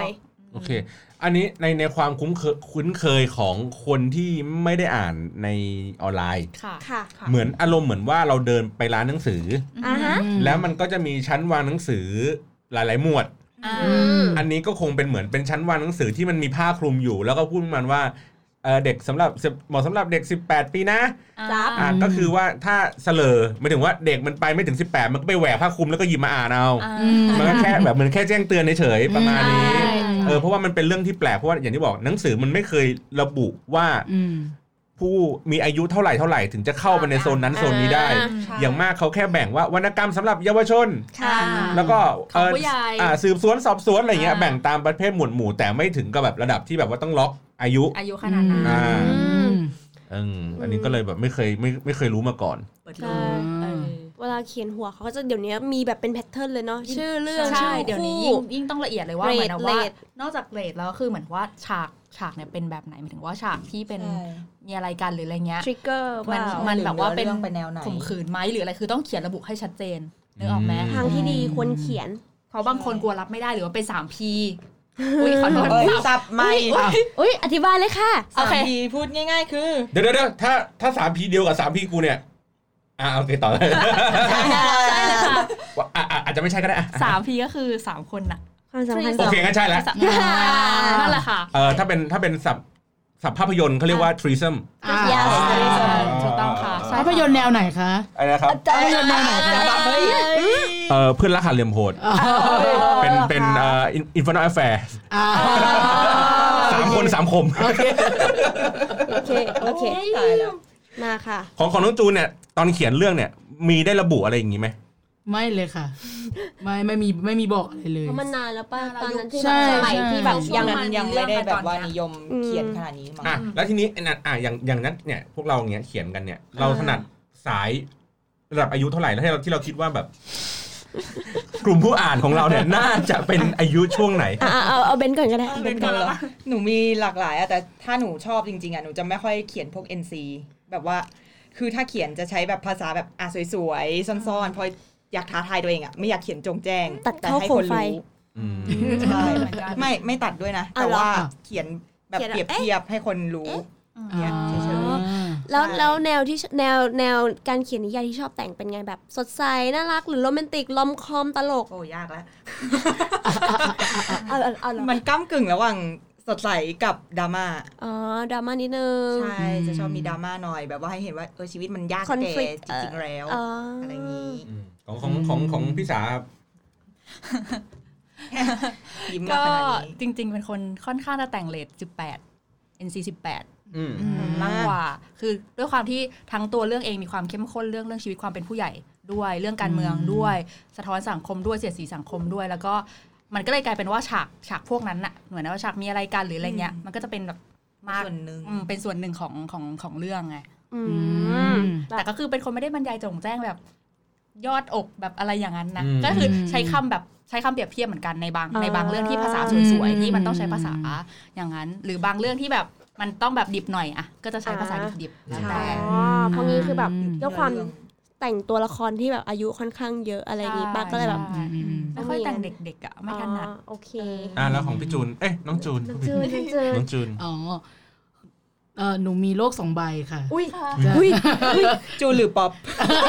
โอเคอันนี้ในความคุ้นเคยของคนที่ไม่ได้อ่านในออนไลน์ค่ะเหมือนอารมณ์เหมือนว่าเราเดินไปร้านหนังสือแล้วมันก็จะมีชั้นวางหนังสือหลายๆหมวดอันนี้ก็คงเป็นเหมือนเป็นชั้นวางหนังสือที่มันมีผ้าคลุมอยู่แล้วก็พูดมันว่าเด็กสำหรับเหมาะสำหรับเด็ก18ปีนะก็คือว่าถ้าเสลอหมายถึงว่าเด็กมันไปไม่ถึง18มันก็ไปแหวกผ้าคลุมแล้วก็หยิบมาอ่านเอามันก็แค่แบบเหมือนแค่แจ้งเตือนเฉยๆประมาณนี้เพราะว่ามันเป็นเรื่องที่แปลกเพราะว่าอย่างที่บอกหนังสือมันไม่เคยระบุว่าผู้มีอายุเท่าไหร่ถึงจะเข้าไปในโซนนั้นโซนนี้ได้อย่างมากเขาแค่แบ่งว่าวรรณกรรมสำหรับเยาวชนแล้วก็สืบสวนสอบสวนอะไรเงี้ยแบ่งตามประเภทหมวดหมู่แต่ไม่ถึงกับแบบระดับที่แบบว่าต้องล็อกอายุขนาดนั้นอันนี้ก็เลยแบบไม่เคยรู้มาก่อนเวลาเขียนหัวเขาก็จะเดี๋ยวนี้มีแบบเป็นแพทเทิร์นเลยเนาะชื่อเรื่องใช่เดี๋ยวนี้ยิ่งต้องละเอียดเลยว่าเหมือนว่านอกจากเรทแล้วคือเหมือนว่าฉากเนี่ยเป็นแบบไหนหมายถึงว่าฉากที่เป็นมีอะไรกันหรืออะไรเงี้ยทริกเกอร์มันแบบว่าเป็นข่มขืนไหมหรืออะไรคือต้องเขียนระบุให้ชัดเจนนึกออกไหมทางที่ดีควรเขียนเพราะบางคนกลัวรับไม่ได้หรือว่าเป็น 3P อุ้ยขอโทษซับไม่อธิบายเลยค่ะ 3P พูดง่ายๆคือเดี๋ยวถ้า 3P เดียวกับ 3P กูเนี่ยโอเคต่อเลยใช่เลยค่ะอาจจะไม่ใช่ก็ได้ 3P ก็คือ3คนน่ะความสัมพันธ์โอเคงั้นใช่แล้วนั่นแหละค่ะถ้าเป็นศัพท์ภาพยนตร์เขาเรียกว่า threesome ถูกต้องค่ะภาพยนตร์แนวไหนคะอะไรนะครับภาพยนตร์แนวไหนคะเพื่อนรักหักเหลี่ยมโหดเป็นInfernal Affair 3 คน3 คมโอเคตายแล้วมาค่ะของน้องจูนเนี่ยตอนเขียนเรื่องเนี่ยมีได้ระบุอะไรอย่างงี้ไหมไม่เลยค่ะไม่มีบอกอะไรเลยเพราะมันนานแล้วป่ะตอนนั้นที่สมัยที่แบบยังไม่ได้แบบว่านิยมเขียนขนาดนี้มั้งแล้วทีนี้อย่างนั้นเนี่ยพวกเราเงี้ยเขียนกันเนี่ยเราถนัดสายระดับอายุเท่าไหร่แล้วที่เราคิดว่าแบบกลุ่มผู้อ่านของเราเนี่ยน่าจะเป็นอายุช่วงไหนเอาเบนก่อนก็ได้เบนก่อนเหรอหนูมีหลากหลายแต่ถ้าหนูชอบจริงๆหนูจะไม่ค่อยเขียนพวก NC แบบว่าคือถ้าเขียนจะใช้แบบภาษาแบบสวยๆซ่อนๆเพราะอยากท้าทายตัวเองไม่อยากเขียนจงแจ้งแต่ให้คนรู้ใช่ไม่ตัดด้วยนะแต่ว่าเขียนแบบเปรียบเทียบให้คนรู้เนี่ยเฉยๆแล้วแนวที่แนวการเขียนนิยายที่ชอบแต่งเป็นไงแบบสดใสน่ารักหรือโรแมนติกลอมคอมตลกโอ้ยากแล้วเอามันก้ำกึ่งระหว่างสดใสกับดราม่าดราม่านิดนึงใช่จะชอบมีดราม่าหน่อยแบบว่าให้เห็นว่าชีวิตมันยากแก่จริงๆแล้วอะไรอย่างนี้ของพี่สายิ้มมากขนาดนี้จริงๆเป็นคนค่อนข้างจะแต่งเรท18 NC 18มากกว่าคือด้วยความที่ทั้งตัวเรื่องเองมีความเข้มข้นเรื่องชีวิตความเป็นผู้ใหญ่ด้วยเรื่องการเมืองด้วยสะท้อนสังคมด้วยเสียดสีสังคมด้วยแล้วก็มันก็เลยกลายเป็นว่าฉากพวกนั้นน่ะเหมือนว่าฉากมีอะไรกันหรืออะไรเงี้ยมันก็จะเป็นแบบมากเป็นส่วนหนึ่งของเรื่องไงแต่ก็คือเป็นคนไม่ได้บรรยายจงแจ้งแบบยอดอกแบบอะไรอย่างนั้นนะก็คือใช้คำเปรียบเทียบเหมือนกันในบางเรื่องที่ภาษาสวยๆที่มันต้องใช้ภาษาอย่างนั้นหรือบางเรื่องที่แบบมันต้องแบบดิบหน่อยก็จะใช้ภาษาดิบๆแต่เพราะงี้คือแบบด้วยความแต่งตัวละครที่แบบอายุค่อนข้างเยอะอะไรนี้ป้าก็เลยแบบไม่ค่อยแต่งเด็กๆไม่ถนัดโอเคแล้วของพี่จูนน้องจูนหนูมีโลก2 ใบค่ะอุ้ยจูนหรือป๊อป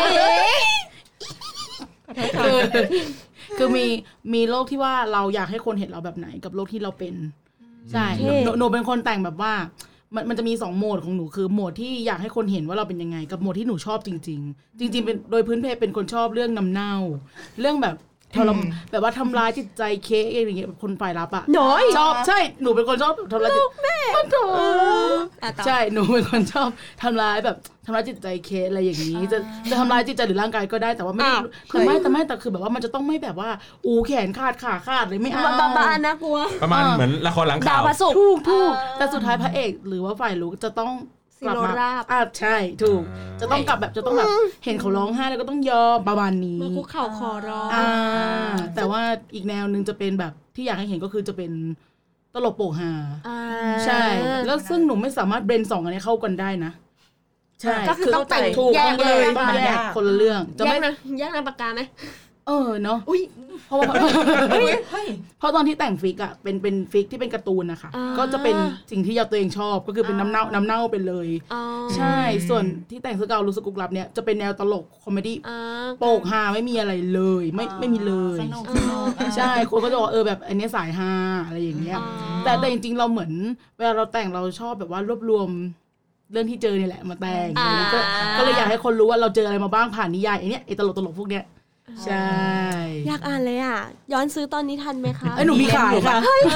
คือมีโลกที่ว่าเราอยากให้คนเห็นเราแบบไหนกับโลกที่เราเป็นใช่หนูเป็นคนแต่งแบบว่ามันจะมี2โหมดของหนูคือโหมดที่อยากให้คนเห็นว่าเราเป็นยังไงกับโหมดที่หนูชอบจริงๆเป็นโดยพื้นเพเป็นคนชอบเรื่องน้ำเน่าเรื่องแบบแบบว่าทำร้ายจิตใจเค้กอะไรอย่างเงี้ยคนฝ่ายรับชอบใช่หนูเป็นคนชอบทำร้ายจิตใจใช่หนูเป็นคนชอบทำร้ายจิตใจเค้กอะไรอย่างนี้จะทำร้ายจิตใจหรือร่างกายก็ได้แต่ว่าไม่แต่คือแบบว่ามันจะต้องไม่แบบว่าแขนขาดขาขาดเลยไม่เอาบ้านะกลัวประมาณเหมือนละครหลังข่าวถูกแต่สุดท้ายพระเอกหรือว่าฝ่ายรู้จะต้องกลับมาใช่ถูกจะต้องกลับแบบจะต้องแบบเห็นเขาร้องไห้แล้วก็ต้องยอมประมาณนี้มาคุกเข่าขอร้องแต่ว่าอีกแนวนึงจะเป็นแบบที่อยากให้เห็นก็คือจะเป็นตลกโปกฮาใช่แล้วซึ่งหนูไม่สามารถเบรน2อันนี้เข้ากันได้นะใช่ก็คือต้องแต่งถูกแยกเลยแยกคนละเรื่องจะไม่แยกในปากกาไหมเนาะเพราะตอนที่แต่งฟิกอ่ะเป็นฟิกที่เป็นการ์ตูนนะคะก็จะเป็นสิ่งที่ตัวเองชอบก็คือเป็นน้ำเน่าไปเลยใช่ส่วนที่แต่งสกาวรู้สึกกุกลับเนี่ยจะเป็นแนวตลกคอมเมดี้โปกฮาไม่มีอะไรเลยไม่มีเลยใช่คนก็จะบอกแบบอันนี้สายฮาอะไรอย่างเงี้ยแต่จริงๆเราเหมือนเวลาเราแต่งเราชอบแบบว่ารวบรวมเรื่องที่เจอนี่แหละมาแต่งก็เลยอยากให้คนรู้ว่าเราเจออะไรมาบ้างผ่านนิยายไอ้ตลกพวกเนี้ยใช่อยากอ่านเลยอ่ะย้อนซื้อตอนนี้ทันไหมคะหนูมีขายค่ะ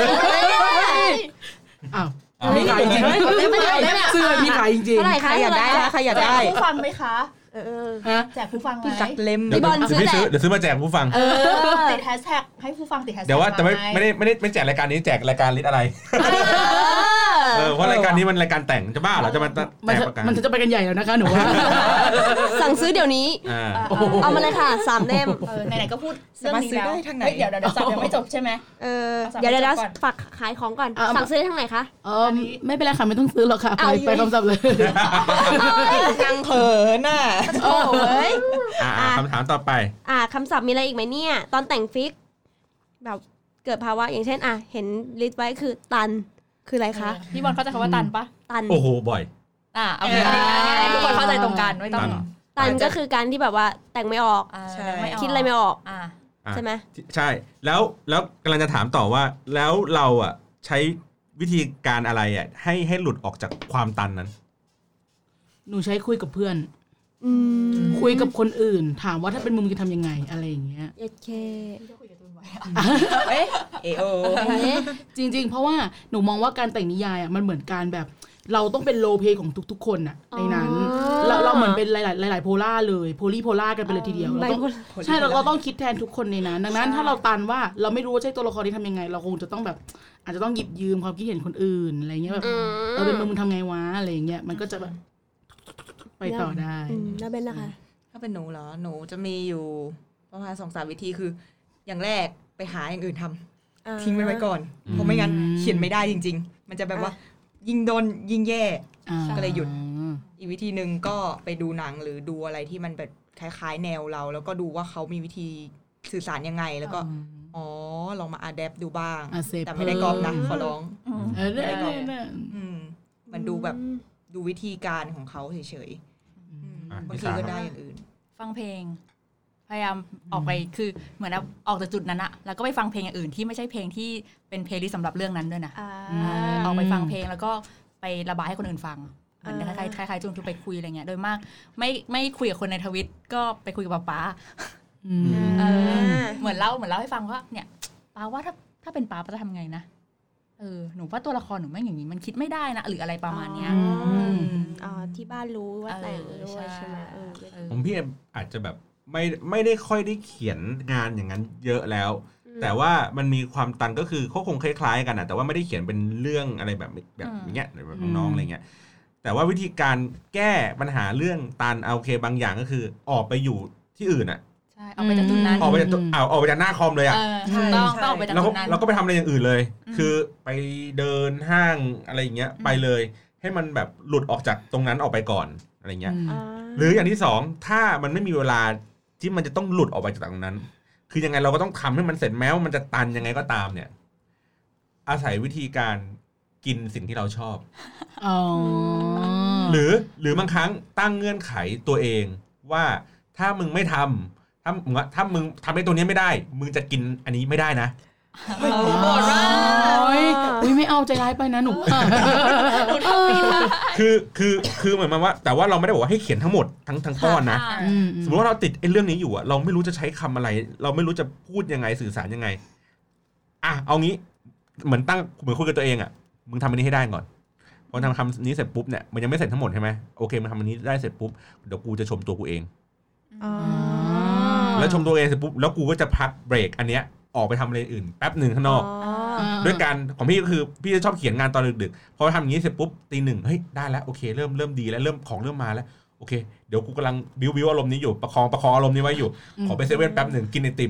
อ้าวมีขายจริงซื้อมีขายจริงใครอยากได้ใครอยากได้ผู้ฟังไหมคะแจกผู้ฟังไหมจักเล่มพี่บอลซื้อเดี๋ยวซื้อมาแจกผู้ฟังติดแฮชแท็กให้ผู้ฟังติดแฮชแท็กเดี๋ยวว่าแต่ไม่แจกรายการนี้แจกรายการลิสอะไรเพราะรายการนี้มันรายการแต่งจะบ้าเหรอจะมาแจกประกันมันจะไปกันใหญ่แล้วนะคะหนูว่าสั่งซื้อเดี๋ยวนี้เอามาเลยค่ะ3เล่มไหนๆก็พูดเรื่องนี้แล้วเดี๋ยวสับยังไม่จบใช่ไหมเดี๋ยวฝากขายของก่อนสั่งซื้อทางไหนคะไม่เป็นไรค่ะไม่ต้องซื้อหรอกค่ะไปคำศัพท์เลยกังเขินน่ะโอ้ยคำถามต่อไปคำศัพท์มีอะไรอีกไหมเนี่ยตอนแต่งฟิกแบบเกิดภาวะอย่างเช่นเห็นลิสต์ไว้คือตันคืออะไรคะพี่บอลเข้าใจคำว่าตันปะตันโอ้โหบ่อยเอาทุกคนเข้าใจตรงกันไม่ต้องตันก็คือการที่แบบว่าแต่งไม่ออกคิดอะไรไม่ออกใช่ไหมใช่แล้วกำลังจะถามต่อว่าแล้วเราใช้วิธีการอะไรให้หลุดออกจากความตันนั้นหนูใช้คุยกับเพื่อนคุยกับคนอื่นถามว่าถ้าเป็นมึงจะทำยังไงอะไรอย่างเงี้ยโอเคจริงๆเพราะว่าหนูมองว่าการแต่งนิยายมันเหมือนการแบบเราต้องเป็นโรลเพลย์ของทุกๆคนน่ะในนั้นเราเหมือนเป็นหลายโพล่าเลยโพล่ากันไปเลยทีเดียวใช่เราต้องคิดแทนทุกคนในนั้นดังนั้นถ้าเราตันว่าเราไม่รู้ว่าใช่ตัวละครที่ทำยังไงเราคงจะต้องแบบอาจจะต้องหยิบยืมความคิดเห็นคนอื่นอะไรเงี้ยแบบเป็นมึงทำไงวะอะไรเงี้ยมันก็จะแบบไปต่อได้แล้วเป็นนะคะถ้าเป็นหนูเหรอหนูจะมีอยู่ประมาณ 2-3 วิธีคืออย่างแรกไปหาอย่างอื่นทำทิ้งไว้ก่อนเพราะไม่งั้นเขียนไม่ได้จริงๆมันจะแบบว่ายิ่งโดนยิ่งแย่ก็เลยหยุดอีกวิธีนึงก็ไปดูหนังหรือดูอะไรที่มันแบบคล้ายๆแนวเราแล้วก็ดูว่าเขามีวิธีสื่อสารยังไงแล้วก็ลองมาอะแดปดูบ้างแต่ไม่ได้ก๊อปนะขอร้องไม่ได้ก๊อปมันดูแบบดูวิธีการของเขาเฉยๆบางทีก็ได้อย่างอื่นฟังเพลงพยายามออกไปคือเหมือนออกจากจุดนั้นอะแล้วก็ไปฟังเพลงอย่างอื่นที่ไม่ใช่เพลงที่เป็นเพลย์ลิสต์สำหรับเรื่องนั้นด้วยนะออกไปฟังเพลงแล้วก็ไประบายให้คนอื่นฟังเหมือนคล้ายๆจุนทุไปคุยอะไรเงี้ยโดยมากไม่คุยกับคนในทวิตก็ไปคุยกับป๊าเหมือนเล่าให้ฟังว่าเนี่ยป๊าว่าถ้าเป็นป๊าจะทำไงนะหนูว่าตัวละครหนูแม่งอย่างนี้มันคิดไม่ได้นะหรืออะไรประมาณเนี้ยที่บ้านรู้ว่าแต่งด้วยใช่ไหมผมพี่อาจจะแบบไม่ได้ค่อยได้เขียนงานอย่างนั้นเยอะแล้วแต่ว่ามันมีความตันก็คือเขาคงคล้ายๆกันแต่ว่าไม่ได้เขียนเป็นเรื่องอะไรแบบอย่างเงี้ยแบบน้องๆอะไรเงี้ยแต่ว่าวิธีการแก้ปัญหาเรื่องตันโอเคบางอย่างก็คือออกไปอยู่ที่อื่นใช่ออกไปจากจุดนั้นออกไปจากหน้าคอมเลยต้องออกไปจากจุดนั้นเราก็ไปทำอะไรอย่างอื่นเลยคือไปเดินห้างอะไรอย่างเงี้ยไปเลยให้มันแบบหลุดออกจากตรงนั้นออกไปก่อนอะไรเงี้ยหรืออย่างที่สองถ้ามันไม่มีเวลาที่มันจะต้องหลุดออกไปจากตรงนั้นคือยังไงเราก็ต้องทำให้มันเสร็จแม้ว่ามันจะตันยังไงก็ตามเนี่ยอาศัยวิธีการกินสิ่งที่เราชอบหรือบางครั้งตั้งเงื่อนไขตัวเองว่าถ้ามึงไม่ทำถ้ามึงทำไอ้ตัวนี้ไม่ได้มึงจะกินอันนี้ไม่ได้นะโหดมากไม่เอาใจร้ายไปนะหนูคือเหมือนว่าแต่ว่าเราไม่ได้บอกว่าให้เขียนทั้งหมดทั้งก้อนนะสมมติว่าเราติดไอ้เรื่องนี้อยู่เราไม่รู้จะใช้คำอะไรเราไม่รู้จะพูดยังไงสื่อสารยังไงเอางี้เหมือนคุยกับตัวเองมึงทำอันนี้ให้ได้ก่อนพอทำคำนี้เสร็จปุ๊บเนี่ยมันยังไม่เสร็จทั้งหมดใช่ไหมโอเคมันทำอันนี้ได้เสร็จปุ๊บเดี๋ยวกูจะชมตัวกูเองแล้วชมตัวเองเสร็จปุ๊บแล้วกูก็จะพักเบรกอันเนี้ยออกไปทำอะไรอื่นแป๊บหนึ่งข้างนอกด้วยการของพี่ก็คือพี่จะชอบเขียนงานตอนดึกๆพอทำอย่างนี้เสร็จปุ๊บตีหนึ่งเฮ้ยได้แล้วโอเคเริ่มดีแล้วเริ่มมาแล้วโอเคเดี๋ยวกูกำลังบิวอารมณ์นี้อยู่ประคองอารมณ์นี้ไว้อยู่ขอไปเซเว่นแป๊บหนึ่งกินไอติม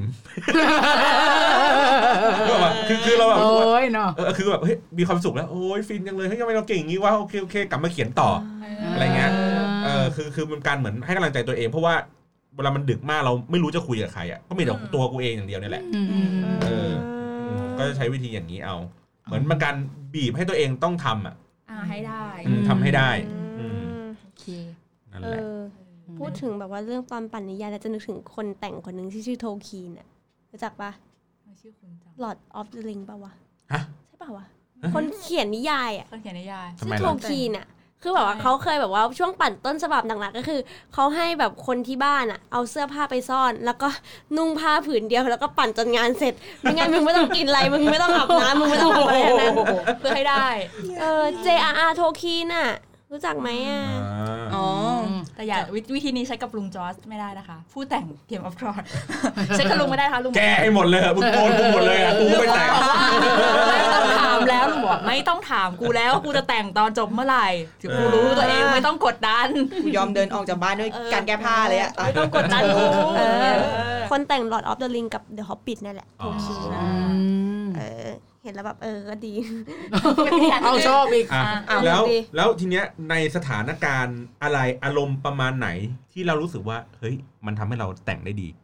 คือเราแบบโอ้ยเนาะคือแบบเฮ้ยมีความสุขแล้วโอ้ยฟินจังเลยเฮ้ยทำไมเราเก่งอย่างนี้วะโอเคกลับมาเขียนต่ออะไรเงี้ยคือมันการเหมือนให้กำลังใจตัวเองเพราะว่าเวลามันดึกมากเราไม่รู้จะคุยกับใครอ่ะก็มีแต่ตัวกูเองอย่างเดียวนี่แหละก็จะใช้วิธีอย่างนี้เอาเหมือนเป็นการบีบให้ตัวเองต้องทำอ่ะให้ได้ทำให้ได้โอเคนั่นแหละพูดถึงแบบว่าเรื่องตอนปั่นนิยายแล้วจะนึกถึงคนแต่งคนหนึ่งที่ชื่อโทคีนอ่ะรู้จักปะชื่อคุณจัง Lord of the Ring ป่าววะฮะใช่ป่าววะคนเขียนนิยายอ่ะคนเขียนนิยายชื่อโทคีนอ่ะคือแบบว่าเขาเคยแบบว่าช่วงปั่นต้นฉบับหนักๆก็คือเขาให้แบบคนที่บ้านอ่ะเอาเสื้อผ้าไปซ่อนแล้วก็นุ่งผ้าผืนเดียวแล้วก็ปั่นจนงานเสร็จไม่งั้นมึงไม่ต้องกินอะไรมึงไม่ต้องอาบน้ำมึงไม่ต้องทำอะไรทั้งนั้นเพื่อให้ได้ JRR โทคีนอ่ะรู้จักไหมอ่ะแต่อย่าวิธีนี้ใช้กับลุงจอร์จไม่ได้นะคะผู้แต่ง Game of Thrones ใช้กับลุงไม่ได้ค่ะลุงแกให้หมดเลยมึงโกนกูหมดเลยกูไม่แต่งไม่ต้องถามแล้วลุงบอกไม่ต้องถามกูแล้วกูจะแต่งตอนจบเมื่อไหร่ถึงกูรู้ตัวเองไม่ต้องกดดันกูยอมเดินออกจากบ้านด้วยการแก้ผ้าเลยอ่ะไม่ต้องกดดันกูคนแต่ง Lord of the Ring กับ The Hobbit นั่นแหละโอเคเห็นแล้วแบบก็ดีเอาชอบอีกแล้วทีเนี้ยในสถานการณ์อะไรอารมณ์ประมาณไหนที่เรารู้สึกว่าเฮ้ยมันทำให้เราแต่งได้ดี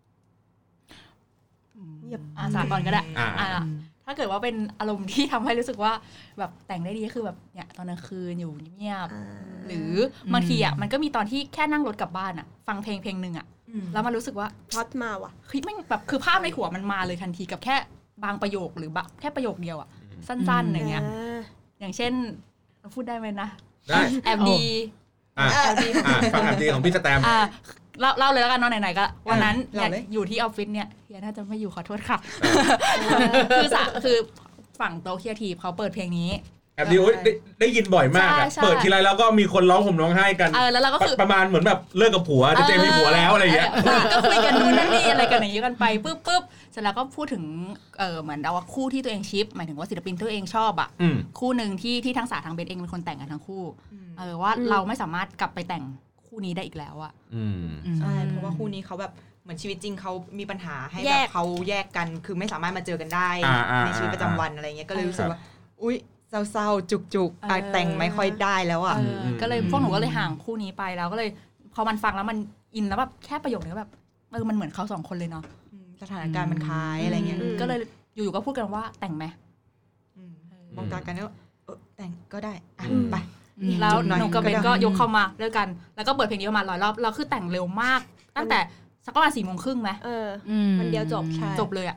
สามตอนก็ได้ถ้าเกิดว่าเป็นอารมณ์ที่ทำให้รู้สึกว่าแบบแต่งได้ดีก็คือแบบเนี่ยตอนกลางคืนอยู่เงียบหรือบางทีอ่ะมันก็มีตอนที่แค่นั่งรถกลับบ้านอ่ะฟังเพลงนึงอ่ะแล้วมันรู้สึกว่าพล็อตมาว่ะคือไม่แบบคือภาพในหัวมันมาเลยทันทีกับแค่บางประโยคหรือแค่ประโยคเดียวอ่ะสั้นๆอย่างเงี้ยอย่างเช่นพูดได้ไหมนะได้แอบดีฟังแอบดีของพี่สแตมเล่าเลยแล้วกันนอนไหนๆก็วันนั้นอยู่ที่ออฟฟิศเนี่ยเฮียน่าจะไม่อยู่ขอโทษค่ะคือฝั่งโตเคียทีเขาเปิดเพลงนี้แอบดีได้ยินบ่อยมากเปิดทีไรแล้วก็มีคนร้องห่มร้องไห้กันแล้วเราก็คือประมาณเหมือนแบบเลิกกับผัวเจมีผัวแล้วอะไรอย่างเงี้ยก็คุยกันนู่นนั่นนี่อะไรกันอย่างนี้กันไปปุ๊บเสร็จแล้วก็พูดถึงเหมือนเอาว่าคู่ที่ตัวเองชิปหมายถึงว่าศิลปินตัวเองชอบอ่ะคู่นึงที่ทั้งสาทางเบนเองเป็นคนแต่งกันทั้งคู่ว่าเราไม่สามารถกลับไปแต่งคู่นี้ได้อีกแล้วอ่ะใช่เพราะว่าคู่นี้เขาแบบเหมือนชีวิตจริงเขามีปัญหาให้แบบเขาแยกกันคือไม่สามารถมาเจอกันได้ในชีวิตประจำวันอะไรเงี้ยก็เลยรู้สึกว่าอุ๊ยเศร้าๆจุกๆแต่งไม่ค่อยได้แล้วอ่ะก็เลยพวกหนูก็เลยห่างคู่นี้ไปแล้วก็เลยพอมันฟังแล้วมันอินแล้วแบบแค่ประโยคนี้แบบมันเหมือนเขาสองคนเลยเนาะสถานการณ์มันคล้ายอะไรเงี้ยก็เลยอยู่ๆก็พูดกันว่าแต่งไหมมองตากันแล้วแต่งก็ได้ไปแล้วหนูกับเบนก็ยกเข้ามาด้วยกันแล้วก็เปิดเพลงนี้ประมาณ100 รอบแล้วคือแต่งเร็วมากตั้งแต่สักประมาณ 4:30 ไหมมันเดียวจบเลยอ่ะ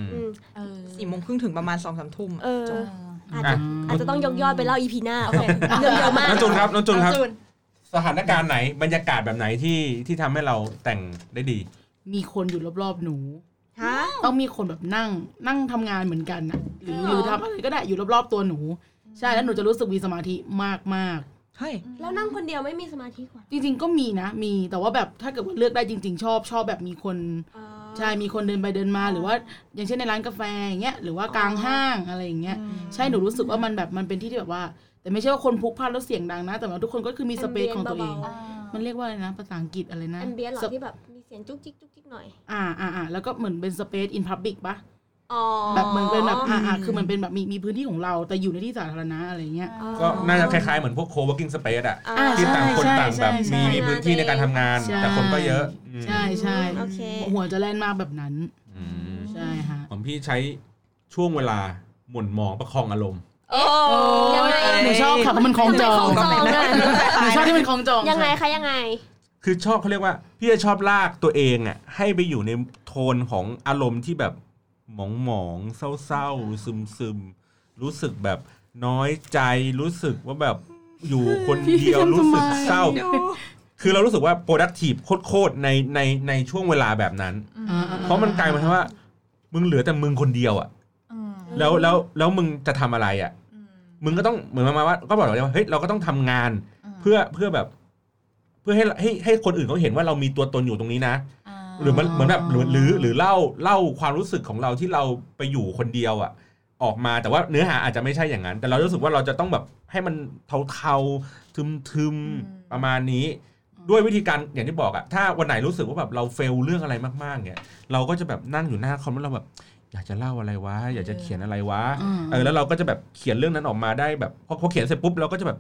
4:30ถึงประมาณ 2-3 ทุ่มจบอาจจะต้องยกยอดไปเล่า EP หน้าโอเคเยอะมากน้องจูนครับสถานการณ์ไหนบรรยากาศแบบไหนที่ทำให้เราแต่งได้ดีมีคนอยู่รอบๆหนูต้องมีคนแบบนั่งทำงานเหมือนกันน่ะหรือทำอะไรก็ได้อยู่รอบๆตัวหนูใช่แล้วหนูจะรู้สึกมีสมาธิมากเฮ้ยแล้วนั่งคนเดียวไม่มีสมาธิกว่าจริงๆก็มีนะมีแต่ว่าแบบถ้าเกิดว่าเลือกได้จริงๆชอบแบบมีคนใช่มีคนเดินไปเดินมาหรือว่าอย่างเช่นในร้านกาแฟอย่างเงี้ยหรือว่ากลางห้างอะไรอย่างเงี้ยใช่หนูรู้สึกว่ามันแบบมันเป็นที่แบบว่าแต่ไม่ใช่ว่าคนพลุกพล่านแล้วเสียงดังนะแต่ว่าทุกคนก็คือมีสเปซของตัวเองมันเรียกว่าอะไรนะภาษาอังกฤษอะไรนะแอมเบียนหรอที่แบบมีเสียงจุ๊กจิ๊กจุ๊กจิ๊กหน่อยแล้วก็เหมือนเป็นสเปซอินพับลิกปะแบบเหมือนเป็นแบบคือมันเป็นแบบมีพื้นที่ของเราแต่อยู่ในที่สาธารณะอะไรเงี้ยก็น่าจะคล้ายๆเหมือนพวก co-working space ที่ต่างคนต่างแบบมีพื้นที่ในการทำงานแต่คนก็เยอะใช่หัวจะแล่นมากแบบนั้นใช่ฮะผมพี่ใช้ช่วงเวลาหม่นหมองประคองอารมณ์หนูชอบค่ะเพราะมันคล้องจองหนูชอบที่มันคล้องจองยังไงคะยังไงคือชอบเขาเรียกว่าพี่จะชอบลากตัวเองอ่ะให้ไปอยู่ในโทนของอารมณ์ที่แบบหมองๆเศร้าๆซึมๆรู้สึกแบบน้อยใจรู้สึกว่าแบบอยู่คนเดียวรู้สึกเศร้าคือเรารู้สึกว่า productive โคตรในช่วงเวลาแบบนั้นเพราะมันกลายมาว่ามึงเหลือแต่มึงคนเดียวอ่ะแล้วมึงจะทำอะไรอ่ะมึงก็ต้องเหมือนมาว่าก็บอกเราว่าเฮ้ยเราก็ต้องทำงานเพื่อแบบเพื่อให้คนอื่นเขาเห็นว่าเรามีตัวตนอยู่ตรงนี้นะหรือมันเหมือนแบบหรือเล่าความรู้สึกของเราที่เราไปอยู่คนเดียวอ่ะออกมาแต่ว่าเนื้อหาอาจจะไม่ใช่อย่างนั้นแต่เรารู้สึกว่าเราจะต้องแบบให้มันเทาๆทึมๆประมาณนี้ด้วยวิธีการอย่างที่บอกอ่ะถ้าวันไหนรู้สึกว่าแบบเราเฟลเรื่องอะไรมากๆเนี่ยเราก็จะแบบนั่งอยู่หน้าคอมแล้วเราแบบอยากจะเล่าอะไรวะอยากจะเขียนอะไรวะแล้วเราก็จะแบบเขียนเรื่องนั้นออกมาได้แบบพอเขียนเสร็จปุ๊บเราก็จะแบบ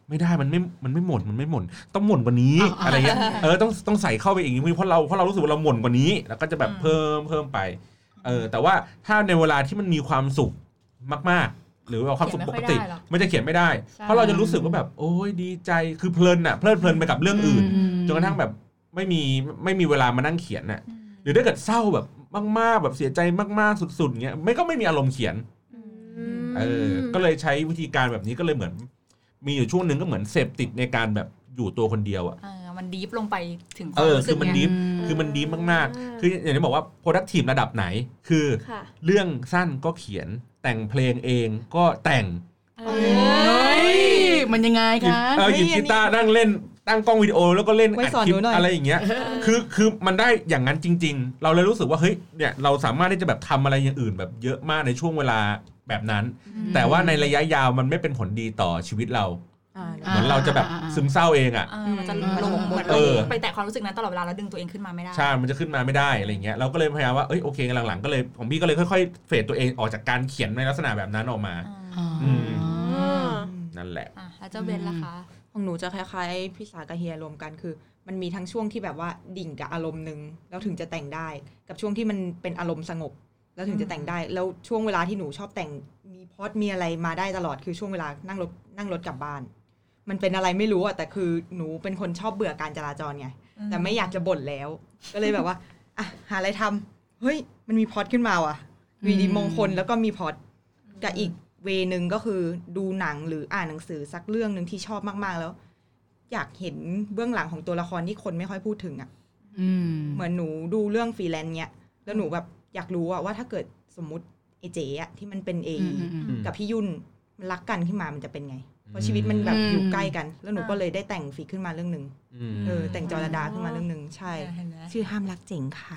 ไม่ได้มันไม่หม่นต้องหม่นกว่านี้อะไรเงี้ยต้องใส่เข้าไปอีกนิดนึงเพราะเรารู้สึกว่าเราหม่นกว่านี้แล้วก็จะแบบเพิ่มไปแต่ว่าถ้าในเวลาที่มันมีความสุขมากๆหรือว่าความสุขปกติมันจะเขียนไม่ได้เพราะเราจะรู้สึกว่าแบบโอ้ยดีใจคือเพลินไปกับเรื่องอื่นจนกระทั่งแบบไม่มีเวลามานั่งเขียนน่ะหรือถ้าเกิดเศร้าแบบมากๆแบบเสียใจมากๆสุดๆเงี้ยไม่มีอารมณ์เขียนก็เลยใช้วิธีการแบบนี้ก็เลยเหมือนมีอยู่ช่วงนึงก็เหมือนเสพติดในการแบบอยู่ตัวคนเดียวอ่ะมันดีฟลงไปถึงความรู้สึกมันดีฟมากๆคืออย่างที่บอกว่า productive ระดับไหนคือเรื่องสั้นก็เขียนแต่งเพลงเองก็แต่งมันยังไงคะหยิบกีตาร์นั่งเล่นตั้งกล้องวิดีโอแล้วก็เล่นอัดคลิปอะไรอย่างเงี้ยคือมันได้อย่างนั้นจริงๆเราเลยรู้สึกว่าเฮ้ยเนี่ยเราสามารถที่จะแบบทำอะไรอย่างอื่นแบบเยอะมากในช่วงเวลาแบบนั้นแต่ว่าในระยะยาวมันไม่เป็นผลดีต่อชีวิตเราเหมือนเราจะแบบซึมเศร้าเองอ่ะมันจะลงเหมือนไปแตะความรู้สึกนั้นตลอดเวลาแล้วดึงตัวเองขึ้นมาไม่ได้ใช่มันจะขึ้นมาไม่ได้อะไรเงี้ยเราก็เลยพยายามว่าโอเคหลังๆก็เลยของพี่ก็เลยค่อยๆเฟดตัวเองออกจากการเขียนในลักษณะแบบนั้นออกมานั่นแหละแล้วเจ้าเบนล่ะคะของหนูจะคล้ายๆพี่สากับเฮียรวมกันคือมันมีทั้งช่วงที่แบบว่าดิ่งกับอารมณ์นึงแล้วถึงจะแต่งได้กับช่วงที่มันเป็นอารมณ์สงบแล้วถึงจะแต่งได้แล้วช่วงเวลาที่หนูชอบแต่งมีพล็อตมีอะไรมาได้ตลอดคือช่วงเวลานั่งรถกลับบ้านมันเป็นอะไรไม่รู้อ่ะแต่คือหนูเป็นคนชอบเบื่อการจราจรไงแต่ไม่อยากจะบ่นแล้วก็เลยแบบว่าอ่ะหาอะไรทำเฮ้ยมันมีพล็อตขึ้นมาว่ะวีดีมงคลแล้วก็มีพล็อตกับอีกเวนึงก็คือดูหนังหรืออ่านหนังสือสักเรื่องนึงที่ชอบมากๆแล้วอยากเห็นเบื้องหลังของตัวละครที่คนไม่ค่อยพูดถึงอ่ะเหมือนหนูดูเรื่องฟรีแลนซ์เนี้ยแล้วหนูแบบอยากรู้ว่าถ้าเกิดสมมุติไอเจ๊อะที่มันเป็นเอกับพี่ยุ่นมันรักกันขึ้นมามันจะเป็นไงเพราะชีวิตมันแบบอยู่ใกล้กันแล้วหนูก็เลยได้แต่งฟิกขึ้นมาเรื่องนึงแต่งจรดาขึ้นมาเรื่องนึงใช่ชื่อห้ามรักเจ๋งค่ะ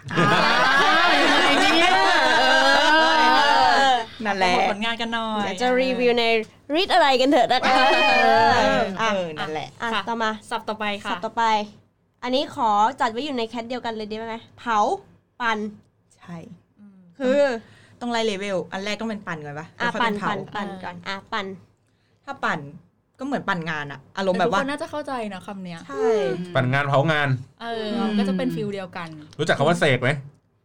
นั่นแหละผลงานกันหน่อยจะรีวิวในรีดอะไรกันเถอะนะคะนั่นแหละต่อมาสับต่อไปค่ะสับต่อไปอันนี้ขอจัดไว้อยู่ในแคทเดียวกันเลยได้ไหมเผาปั่นใช่คือต้องไล่เลเวลอันแรกต้องเป็นปั่นก่อนปะปั่นก่อนปั่นถ้าปั่นก็เหมือนปั่นงานอะอารมณ์แบบว่าทุกคนน่าจะเข้าใจนะคำเนี้ยใช่ปั่นงานเผางานก็จะเป็นฟิลเดียวกันรู้จักคำว่าเสกไหม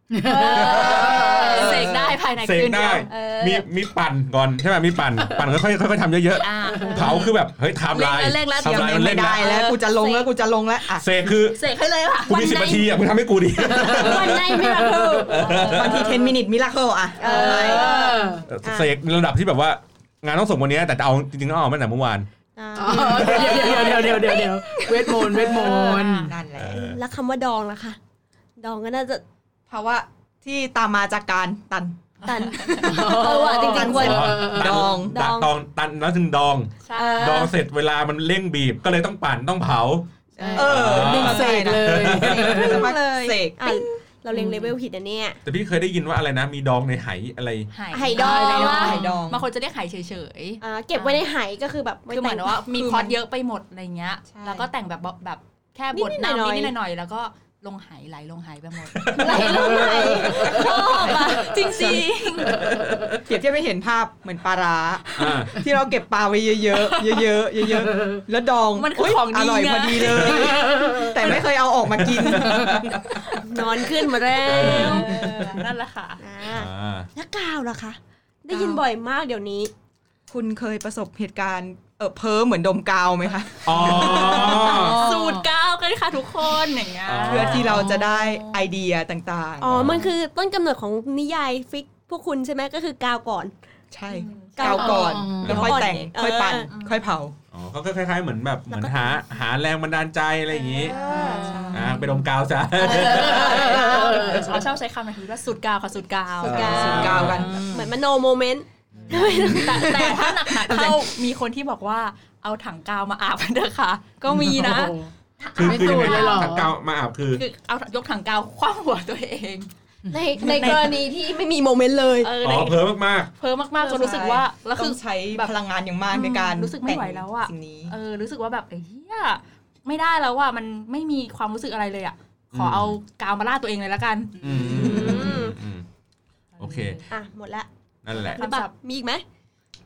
เสกได้ภายในคืนเดียวมีปั่นก่อนใช่ไหมมีปั่นค่อยๆทำเยอะๆเผาคือแบบเฮ้ยทำลายมันเล่นได้แล้วกูจะลงแล้วเสกคือเสกให้เลยค่ะกูมี10 นาทีมึงทำให้กูดิวันในมิราเคิลบางที10 minute miracle เสกในระดับที่แบบว่างานต้องส่งวันนี้แต่จะเอาจริงๆต้องเอาตั้งแต่เมื่อวานเดี๋ยวเวทมนต์นั่นแหละแล้วคำว่าดองล่ะคะดองก็น่าจะเพราะว่าที่ตามมาจากการตันว่าจริงๆควรดองตันแล้วถึงดองเสร็จเวลามันเร่งบีบก็เลยต้องปั่นต้องเผาดึงเสกเลยเสกเราเรียงเลเวลผิดนะเนี่ยแต่พี่เคยได้ยินว่าอะไรนะมีดองในไหอะไรไหดองบางคนจะเรียกไหเฉยๆเก็บไว้ในไหก็คือแบบคือเหมือนว่ามีพล็อตเยอะไปหมดอะไรเงี้ยแล้วก็แต่งแบบแค่บทนำนิดหน่อยแล้วก็ลงไหลลงไหไปหมดไหลลงไหชอบอ่ะจริงเปรียบเทียบไม่เห็นภาพเหมือนปลาร้าที่เราเก็บปลาไว้เยอะๆแล้วดองมันคือของดีอร่อยพอดีเลยแต่ไม่เคยเอาออกมากินนอนขึ้นมาแล้วนั่นแหละค่ะแล้วกาวล่ะคะได้ยินบ่อยมากเดี๋ยวนี้คุณเคยประสบเหตุการณ์เพ้อเหมือนดมกาวไหมคะสูตรกาวกันค่ะทุกคนอย่างเงี้ยเพื่อที่เราจะได้ไอเดียต่างๆมันคือต้นกำเนิดของนิยายฟิกพวกคุณใช่ไหมก็คือกาวก่อนใช่กาวก่อนแล้วค่อยแต่งค่อยปั่นค่อยเผาเขาก็คล้ายๆเหมือนแบบเหมือนหาแรงบันดาลใจอะไรอย่างงี้ไปดมกาวซะชอบใช้คำนี้ว่าสูตรกาวค่ะสูตรกาวกันเหมือนมโนโมเมนต์แต่ถ้าหนักๆเข้ามีคนที่บอกว่าเอาถังกาวมาอาบกันเถอะค่ะก็มีนะคือยังไงถังกาวมาอาบคือเอายกถังกาวคว้างหัวตัวเองในกรณีที่ไม่มีโมเมนต์เลยเพ้อมากจนรู้สึกว่าแล้วคือใช้พลังงานอย่างมากในการรู้สึกไม่ไหวแล้วอ่ะรู้สึกว่าแบบเฮียไม่ได้แล้วอ่ะมันไม่มีความรู้สึกอะไรเลยอ่ะขอเอากาวมาลาดตัวเองเลยละกันโอเคหมดละนั่นแหละแบบมีอีกไหม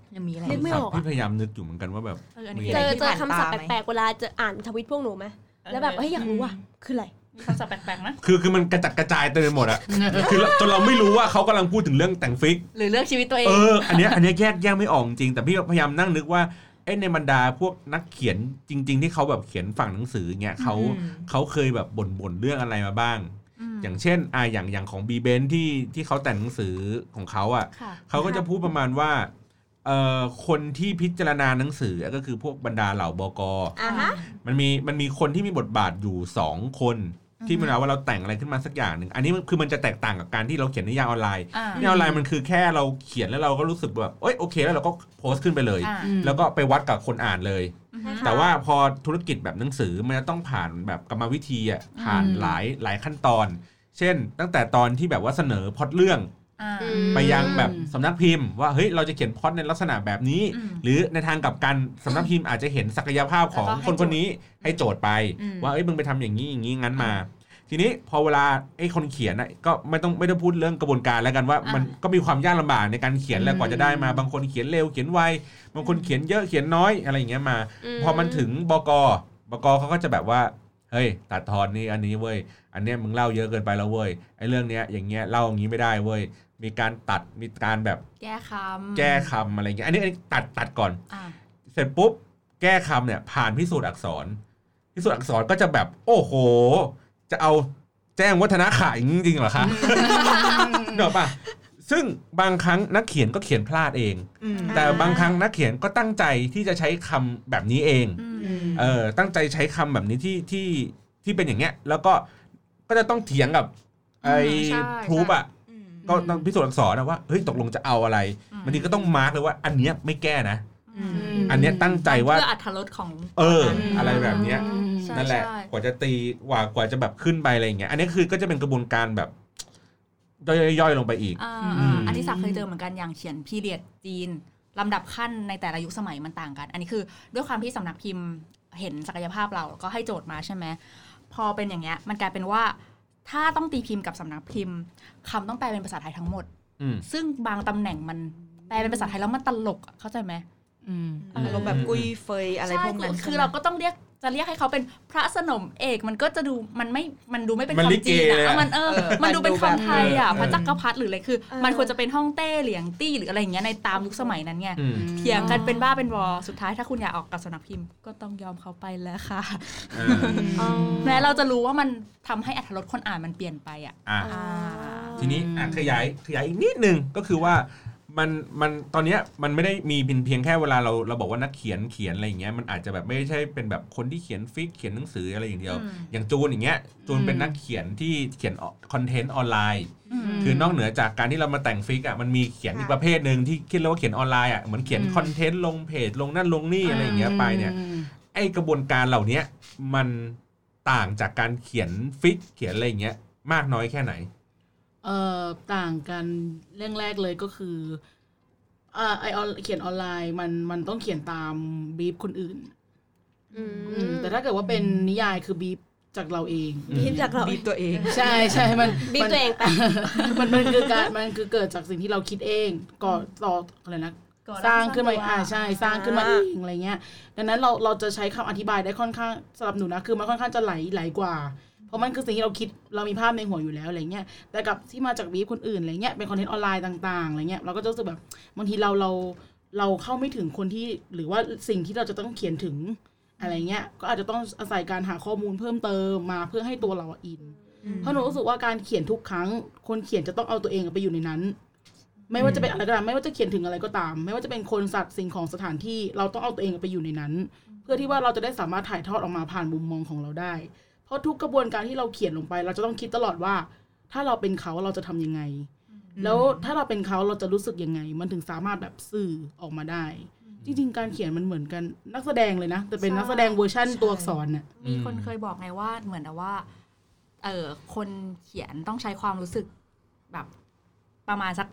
ยังมีอะไรนึกไม่ออกพี่พยายามนึกอยู่เหมือนกันว่าแบบเจอคำศัพท์แปลกๆเวลาจะอ่านทวิตพวกหนูไหมแล้วแบบอยากรู้ว่าคืออะไรคำศัพท์แปลกๆนะคือมันกระจัดกระจายเต็มไปหมดอะคือจนเราไม่รู้ว่าเขากำลังพูดถึงเรื่องแต่งฟิกหรือเรื่องชีวิตตัวเองอันเนี้ยแยกไม่ออกจริงแต่พี่พยายามนั่งนึกว่าในบรรดาพวกนักเขียนจริงๆที่เขาแบบเขียนฝั่งหนังสือเงี้ยเขาเคยแบบบ่นเรื่องอะไรมาบ้างอย่างเช่นอย่างของบีเบนที่เขาแต่งหนังสือของเขาอ่ะเขาก็จะพูดประมาณว่าคนที่พิจารณาหนังสือก็คือพวกบรรดาเหล่าบก.มันมีคนที่มีบทบาทอยู่2คนที่เวลาว่าเราแต่งอะไรขึ้นมาสักอย่างหนึ่งอันนี้คือมันจะแตกต่างกับการที่เราเขียนนิยายออนไลน์นิยายออนไลน์มันคือแค่เราเขียนแล้วเราก็รู้สึกแบบโอเคแล้วเราก็โพสต์ขึ้นไปเลยแล้วก็ไปวัดกับคนอ่านเลยแต่ว่าพอธุรกิจแบบหนังสือมันจะต้องผ่านแบบกรรมวิธีผ่านหลายขั้นตอนเช่นตั้งแต่ตอนที่แบบว่าเสนอพล็อตเรื่องไปยังแบบสำนักพิมพ์ว่าเฮ้ยเราจะเขียนพล็อตในลักษณะแบบนี้หรือในทางกลับกันสำนักพิมพ์อาจจะเห็นศักยภาพของคนนี้ให้โจทย์ไปว่ามึงไปทำอย่างนี้งั้นมาทีนี้พอเวลาคนเขียนก็ไม่ได้พูดเรื่องกระบวนการแล้วกันว่ามันก็มีความยากลำบากในการเขียนแล้วกว่าจะได้มาบางคนเขียนเร็วเขียนไวบางคนเขียนเยอะเขียนน้อยอะไรอย่างเงี้ยมาพอมันถึงบก.เขาก็จะแบบว่าเฮ้ยตัดทอนนี่อันนี้เว้ยอันเนี้ยมึงเล่าเยอะเกินไปแล้วเว้ยเรื่องเนี้ยอย่างเงี้ยเล่าอย่างงี้ไม่ได้เว้ยมีการตัดมีการแบบแก้คำอะไรเงี้ยอันนี้ตัดก่อนเสร็จปุ๊บแก้คำเนี่ยผ่านพิสูจน์อักษรก็จะแบบโอ้โหจะเอาแจ้งวัฒนะขายจริงๆเหรอคะเนอะป่ะซึ่งบางครั้งนักเขียนก็เขียนพลาดเองแต่บางครั้งนักเขียนก็ตั้งใจที่จะใช้คำแบบนี้เองตั้งใจใช้คำแบบนี้ที่เป็นอย่างเงี้ยแล้วก็จะต้องเถียงกับพรูฟก็ต้องพิสูจน์อักษรนะว่าเฮ้ยตกลงจะเอาอะไรบางทีก็ต้องมาร์กเลยว่าอันเนี้ยไม่แก้นะอันเนี้ยตั้งใจว่าเพื่ออรรถรสของอะไรแบบเนี้ยนั่นแหละกว่าจะตีกว่าจะแบบขึ้นไปอะไรอย่างเงี้ยอันนี้คือก็จะเป็นกระบวนการแบบย่อยลงไปอีกอันที่สักเคยเจอเหมือนกันอย่างเขียนพีเรียดจีนลำดับขั้นในแต่ละยุคสมัยมันต่างกันอันนี้คือด้วยความที่สำนักพิมพ์เห็นศักยภาพเราก็ให้โจทย์มาใช่ไหมพอเป็นอย่างเงี้ยมันกลายเป็นว่าถ้าต้องตีพิมพ์กับสำนักพิมพ์คำต้องแปลเป็นภาษาไทยทั้งหมดซึ่งบางตำแหน่งมันแปลเป็นภาษาไทยแล้วมันตลกเข้าใจไหมลงแบบกุยเฟยอะไรพวกนั้นคือเราก็ต้องเรียกให้เขาเป็นพระสนมเอกมันก็จะดูมันดูไม่เป็นคำจีนอ่ะมันดูเป็นคำไทยอ่ะพระจักรพรรดิหรืออะไรคือมันควรจะเป็นฮ่องเต้เหลียงตี้หรืออะไรอย่างเงี้ยในตามยุคสมัยนั้นไงเถียงกันเป็นบ้าเป็นบอสุดท้ายถ้าคุณอยากออกกับสำนักพิมพ์ก็ต้องยอมเขาไปแล้วค่ะแม้เราจะรู้ว่ามันทำให้อรรถรสคนอ่านมันเปลี่ยนไปอ่ะทีนี้ขยายอีกนิดนึงก็คือว่ามันตอนนี้มันไม่ได้มีเพียงแค่เวลาเราบอกว่านักเขียนอะไรอย่างเงี้ยมันอาจจะแบบไม่ใช่เป็นแบบคนที่เขียนฟิกเขียนหนังสืออะไรอย่างเดียวอย่างจูนอย่างเงี้ยจูนเป็นนักเขียนที่เขียนคอนเทนต์ออนไลน์คือนอกเหนือจากการที่เรามาแต่งฟิกมันมีเขียนอีกประเภทนึงที่คิดแล้วว่าเขียนออนไลน์เหมือนเขียนคอนเทนต์ลงเพจลงนั่นลงนี่อะไรอย่างเงี้ยไปเนี่ยไอกระบวนการเหล่านี้มันต่างจากการเขียนฟิกเขียนอะไรอย่างเงี้ยมากน้อยแค่ไหนต่างกันเรื่องแรกเลยก็คือเขียนออนไลน์มันต้องเขียนตามบีฟคนอื่นแต่ถ้าเกิดว่าเป็นนิยายคือบีฟจากเราเองบีฟจากเราบีฟตัวเองใช่มันบีฟตัวเองไปมันคือเกิดจากสิ่งที่เราคิดเองก่อต่ออะไรนะสร้างขึ้นมาใช่สร้างขึ้นมาเองอะไรเงี้ยดังนั้นเราจะใช้คำอธิบายได้ค่อนข้างสำหรับหนูนะคือมันค่อนข้างจะไหลกว่าเพราะมันคือสิ่งที่เราคิดเรามีภาพในหัวอยู่แล้วอะไรเงี้ยแต่กับที่มาจากบีฟคนอื่นอะไรเงี้ยเป็นคอนเทนต์ออนไลน์ต่างๆอะไรเงี้ยเราก็จะรู้สึกแบบบางทีเราเข้าไม่ถึงคนที่หรือว่าสิ่งที่เราจะต้องเขียนถึงอะไรเงี้ยก็อาจจะต้องอาศัยการหาข้อมูลเพิ่มเติมมาเพื่อให้ตัวเราอินเพราะหนูรู้สึกว่าการเขียนทุกครั้งคนเขียนจะต้องเอาตัวเองไปอยู่ในนั้นไม่ว่าจะเป็นอะไรก็ตามไม่ว่าจะเขียนถึงอะไรก็ตามไม่ว่าจะเป็นคนสัตว์สิ่งของสถานที่เราต้องเอาตัวเองไปอยู่ในนั้นเพื่อที่ว่าเราจะได้สามารถถ่ายทอดออกมาผ่านมุมมองของเราได้เพราะทุกกระบวนการที่เราเขียนลงไปเราจะต้องคิดตลอดว่าถ้าเราเป็นเขาเราจะทำยังไงแล้วถ้าเราเป็นเขาเราจะรู้สึกยังไงมันถึงสามารถแบบสื่อออกมาได้จริงๆการเขียนมันเหมือนกันนักแสดงเลยนะแต่เป็นนักแสดงเวอร์ชั่นตัวอักษรน่ะมีคนเคยบอกไงว่าเหมือนว่าคนเขียนต้องใช้ความรู้สึกแบบประมาณสัก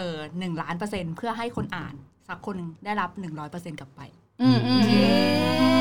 1,000,000%เพื่อให้คนอ่านสักคนนึงได้รับ 100% กลับไป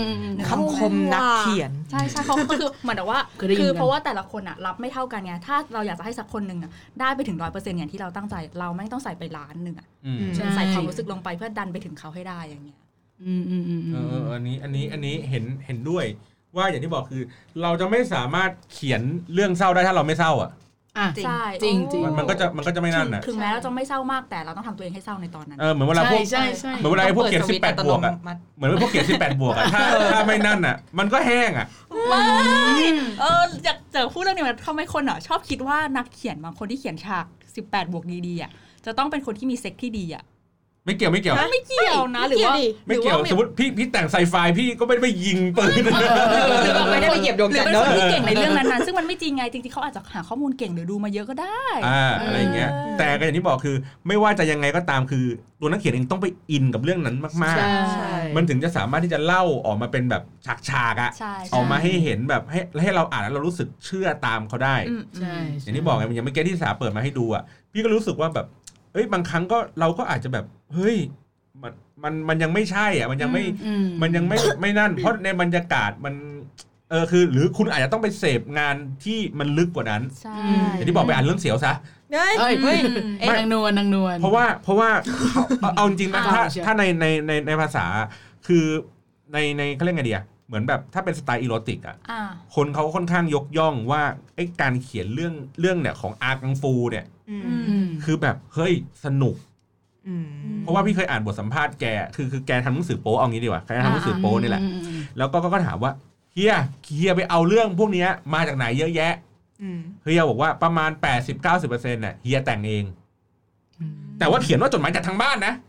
คำคมนักเขียนใช่ใช่เขาคือเหมือนว่าคือเพราะว่าแต่ละคนอะรับไม่เท่ากันไงถ้าเราอยากจะให้สักคนหนึ่งอะได้ไปถึง 100% อย่างที่เราตั้งใจเราไม่ต้องใส่ไปล้านหนึ่งอะใส่ความรู้สึกลงไปเพื่อดันไปถึงเขาให้ได้อย่างเงี้ยอันนี้เห็นด้วยว่าอย่างที่บอกคือเราจะไม่สามารถเขียนเรื่องเศร้าได้ถ้าเราไม่เศร้าอ่ะใช่จริงจริงมันก็จะไม่นั่นน่ะถึงแม้เราจะไม่เศร้ามากแต่เราต้องทำตัวเองให้เศร้าในตอนนั้นเหมือนเวลาพวกเหมือนเวลาพวกเขียน18บวกอ่ะเหมือนพวกเขียน18บวกอ่ะถ้าไม่นั่นอ่ะมันก็แห้งอ่ะไม่อยากเจอพูดเรื่องนี้ทำไมคนอ่ะชอบคิดว่านักเขียนบางคนที่เขียนฉาก18บวกดีๆอ่ะจะต้องเป็นคนที่มีเซ็กที่ดีอ่ะไม่เกี่ยวนะหรือว่าไม่เกี่ยวสมมติพี่แต่งไซไฟพี่ก็ไม่ได้ไปยิงปืนหรือว่าไม่ได้ไปเหยียบดวงจันทร์หรือเป็นคนที่เก่งในเรื่องนั้นๆซึ่งมันไม่จริงไงจริงๆเขาอาจจะหาข้อมูลเก่งหรือดูมาเยอะก็ได้อะไรเงี้ยแต่ก็อย่างที่บอกคือไม่ว่าจะยังไงก็ตามคือตัวนักเขียนเองต้องไปอินกับเรื่องนั้นมากๆมันถึงจะสามารถที่จะเล่าออกมาเป็นแบบฉากๆอ่ะออกมาให้เห็นแบบให้เราอ่านแล้วเรารู้สึกเชื่อตามเขาได้อย่างที่บอกไงอย่างเมื่อกี้ที่สาเปิดมาให้ดูอ่ะพี่ก็รู้สึกว่าแบบบางครั้งก็เราก็อาจจะแบบเฮ้ยมันยังไม่ใช่อ่ะมันยังไม่นั่นเพราะในบรรยากาศมันคือหรือคุณอาจจะต้องไปเสพงานที่มันลึกกว่านั้นอย่างที่บอกไปอ่านเรื่องเสียวซะนางนวลเพราะว่าเอาจริงนะถ้าในภาษาคือในเขาเรียกไงดีอ่ะเหมือนแบบถ้าเป็นสไตล์อีโรติกอ่ะคนเขาค่อนข้างยกย่องว่าไอ้การเขียนเรื่องเนี่ยของอากังฟูเนี่ยคือแบบเฮ้ยสนุกเพราะว่าพี่เคยอ่านบทสัมภาษณ์แกคือแกทำหนังสือโป๊เอางี้ดีกว่าแกทำหนังสือโป๊นี่แหละแล้วก็ถามว่าเฮียไปเอาเรื่องพวกนี้มาจากไหนเยอะแยะเฮียบอกว่าประมาณ 80-90% น่ะเฮียแต่งเองแต่ว่าเขียนว่าจดหมายจากทางบ้านนะ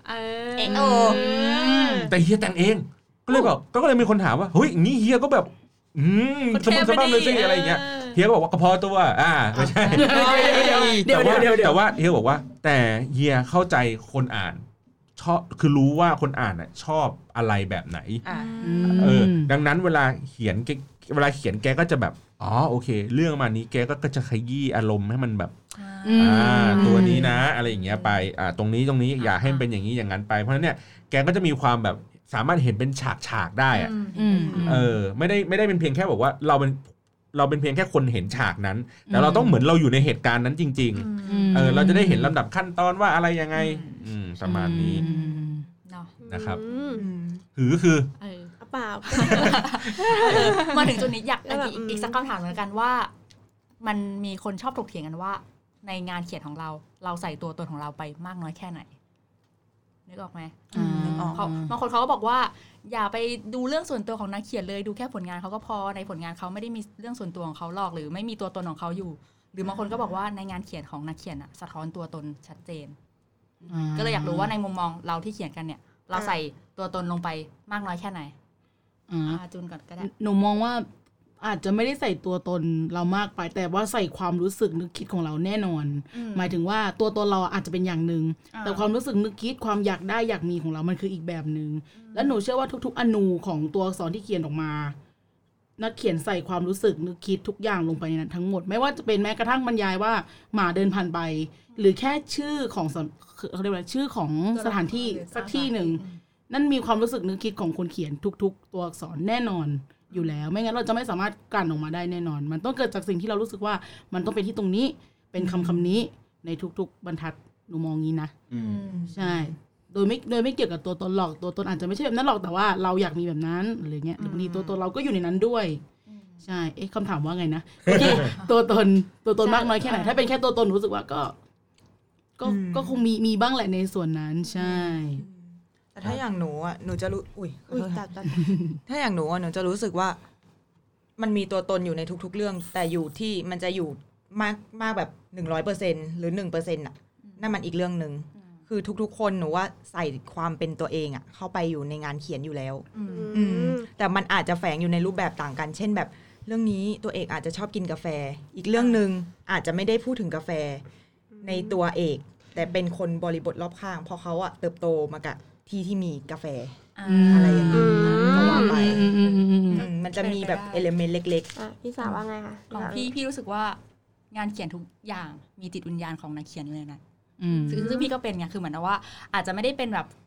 แต่เฮียแต่งเองก็เลยมีคนถามว่าเฮ้ยนี่เฮียก็แบบสมบัติเลยสิอะไรอย่างเงี้ยเฮียก็บอกว่าก็พอตัวไม่ใช่แต่ว่าเฮียบอกว่าแต่เฮียเข้าใจคนอ่านชอบคือรู้ว่าคนอ่านน่ะชอบอะไรแบบไหนดังนั้นเวลาเขียนแกก็จะแบบโอเคเรื่องมานี้แกก็จะขยี้อารมณ์ให้มันแบบตัวนี้นะอะไรอย่างเงี้ยไปตรงนี้อย่าให้มันเป็นอย่างนี้อย่างนั้นไปเพราะฉะนั้นเนี่ยแกก็จะมีความแบบสามารถเห็นเป็นฉากได้อะไม่ได้เป็นเพียงแค่บอกว่าเราเป็นเพียงแค่คนเห็นฉากนั้นแต่เราต้องเหมือนเราอยู่ในเหตุการณ์นั้นจริงๆเราจะได้เห็นลำดับขั้นตอนว่าอะไรยังไงประมาณนี้นะครับคือเปล่ามาถึงจุดนี้อยากอีกสักคำถามเหมือนกันว่ามันมีคนชอบถกเถียงกันว่าในงานเขียนของเราใส่ตัวตนของเราไปมากน้อยแค่ไหนนึกออกไหมบางคนเขาก็บอกว่าอย่าไปดูเรื่องส่วนตัวของนักเขียนเลยดูแค่ผลงานเขาก็พอในผลงานเขาไม่ได้มีเรื่องส่วนตัวของเขาหรอกหรือไม่มีตัวตนของเขาอยู่หรือบางคนก็บอกว่าในงานเขียนของนักเขียนสะท้อนตัวตนชัดเจนก็เลยอยากรู้ว่าในมุมมองเราที่เขียนกันเนี่ยเราใส่ตัวตนลงไปมากน้อยแค่ไหนจูนก่อนก็ได้หนูมองว่าอาจจะไม่ได้ใส่ตัวตนเรามากไปแต่ว่าใส่ความรู้สึกนึกคิดของเราแน่นอนหมายถึงว่าตัวตนเราอาจจะเป็นอย่างนึงแต่ความรู้สึกนึกคิดความอยากได้อยากมีของเรามันคืออีกแบบนึงและหนูเชื่อว่าทุกๆอนูของตัวอักษรที่เขียนออกมานักเขียนใส่ความรู้สึกนึกคิดทุกอย่างลงไปในนั้นทั้งหมดไม่ว่าจะเป็นแม้กระทั่งบรรยายว่าหมาเดินผ่านไปหรือแค่ชื่อของเขาเรียกว่าชื่อของสถานที่สักที่นึงนั่นมีความรู้สึกนึกคิดของคนเขียนทุกๆตัวอักษรแน่นอนอยู่แล้วไม่งั้นเราจะไม่สามารถกลั่นออกมาได้แน่นอนมันต้องเกิดจากสิ่งที่เรารู้สึกว่ามันต้องเป็นที่ตรงนี้เป็นคำนี้ในทุกๆบรรทัดหนูมองงี้นะใช่โดยไม่เกี่ยวกับตัวตนหรอกตัวตนอาจจะไม่ใช่แบบนั้นหรอกแต่ว่าเราอยากมีแบบนั้นอะไรเงี้ยหรือบางทีตัวตนเราก็อยู่ในนั้นด้วยใช่คำถามว่าไงนะตัวตนมากน้อยแค่ไหนถ้าเป็นแค่ตัวตนรู้สึกว่าก็คงมีบ้างแหละในส่วนนั้นใช่แต่ถ้าอย่างหนูหนูจะรู้ถ้าอย่างหนูหนูจะรู้สึกว่ามันมีตัวตนอยู่ในทุกๆเรื่องแต่อยู่ที่มันจะอยู่มากแบบ 100% หรือ 1% น่ะนั่นมันอีกเรื่องนึงคือทุกๆคนหนูว่าใส่ความเป็นตัวเองเข้าไปอยู่ในงานเขียนอยู่แล้วแต่มันอาจจะแฝงอยู่ในรูปแบบต่างกันเช่นแบบเรื่องนี้ตัวเอกอาจจะชอบกินกาแฟอีกเรื่องนึงอาจจะไม่ได้พูดถึงกาแฟในตัวเอกแต่เป็นคนบริบทรอบข้างเพราะเขาเติบโตมากับที่มีกาแฟอะไรอย่างนี้ก็ว่าไปมันจะมีแบบเอลิเมนต์เล็กๆพี่สาวว่าไงคะของพี่รู้สึกว่างานเขียนทุกอย่างมีจิตวิญญาณของนักเขียนอยู่ในนั้นซึ่งพี่ก็เป็นไงคือเหมือนว่าอาจจะไม่ได้เป็นแบบ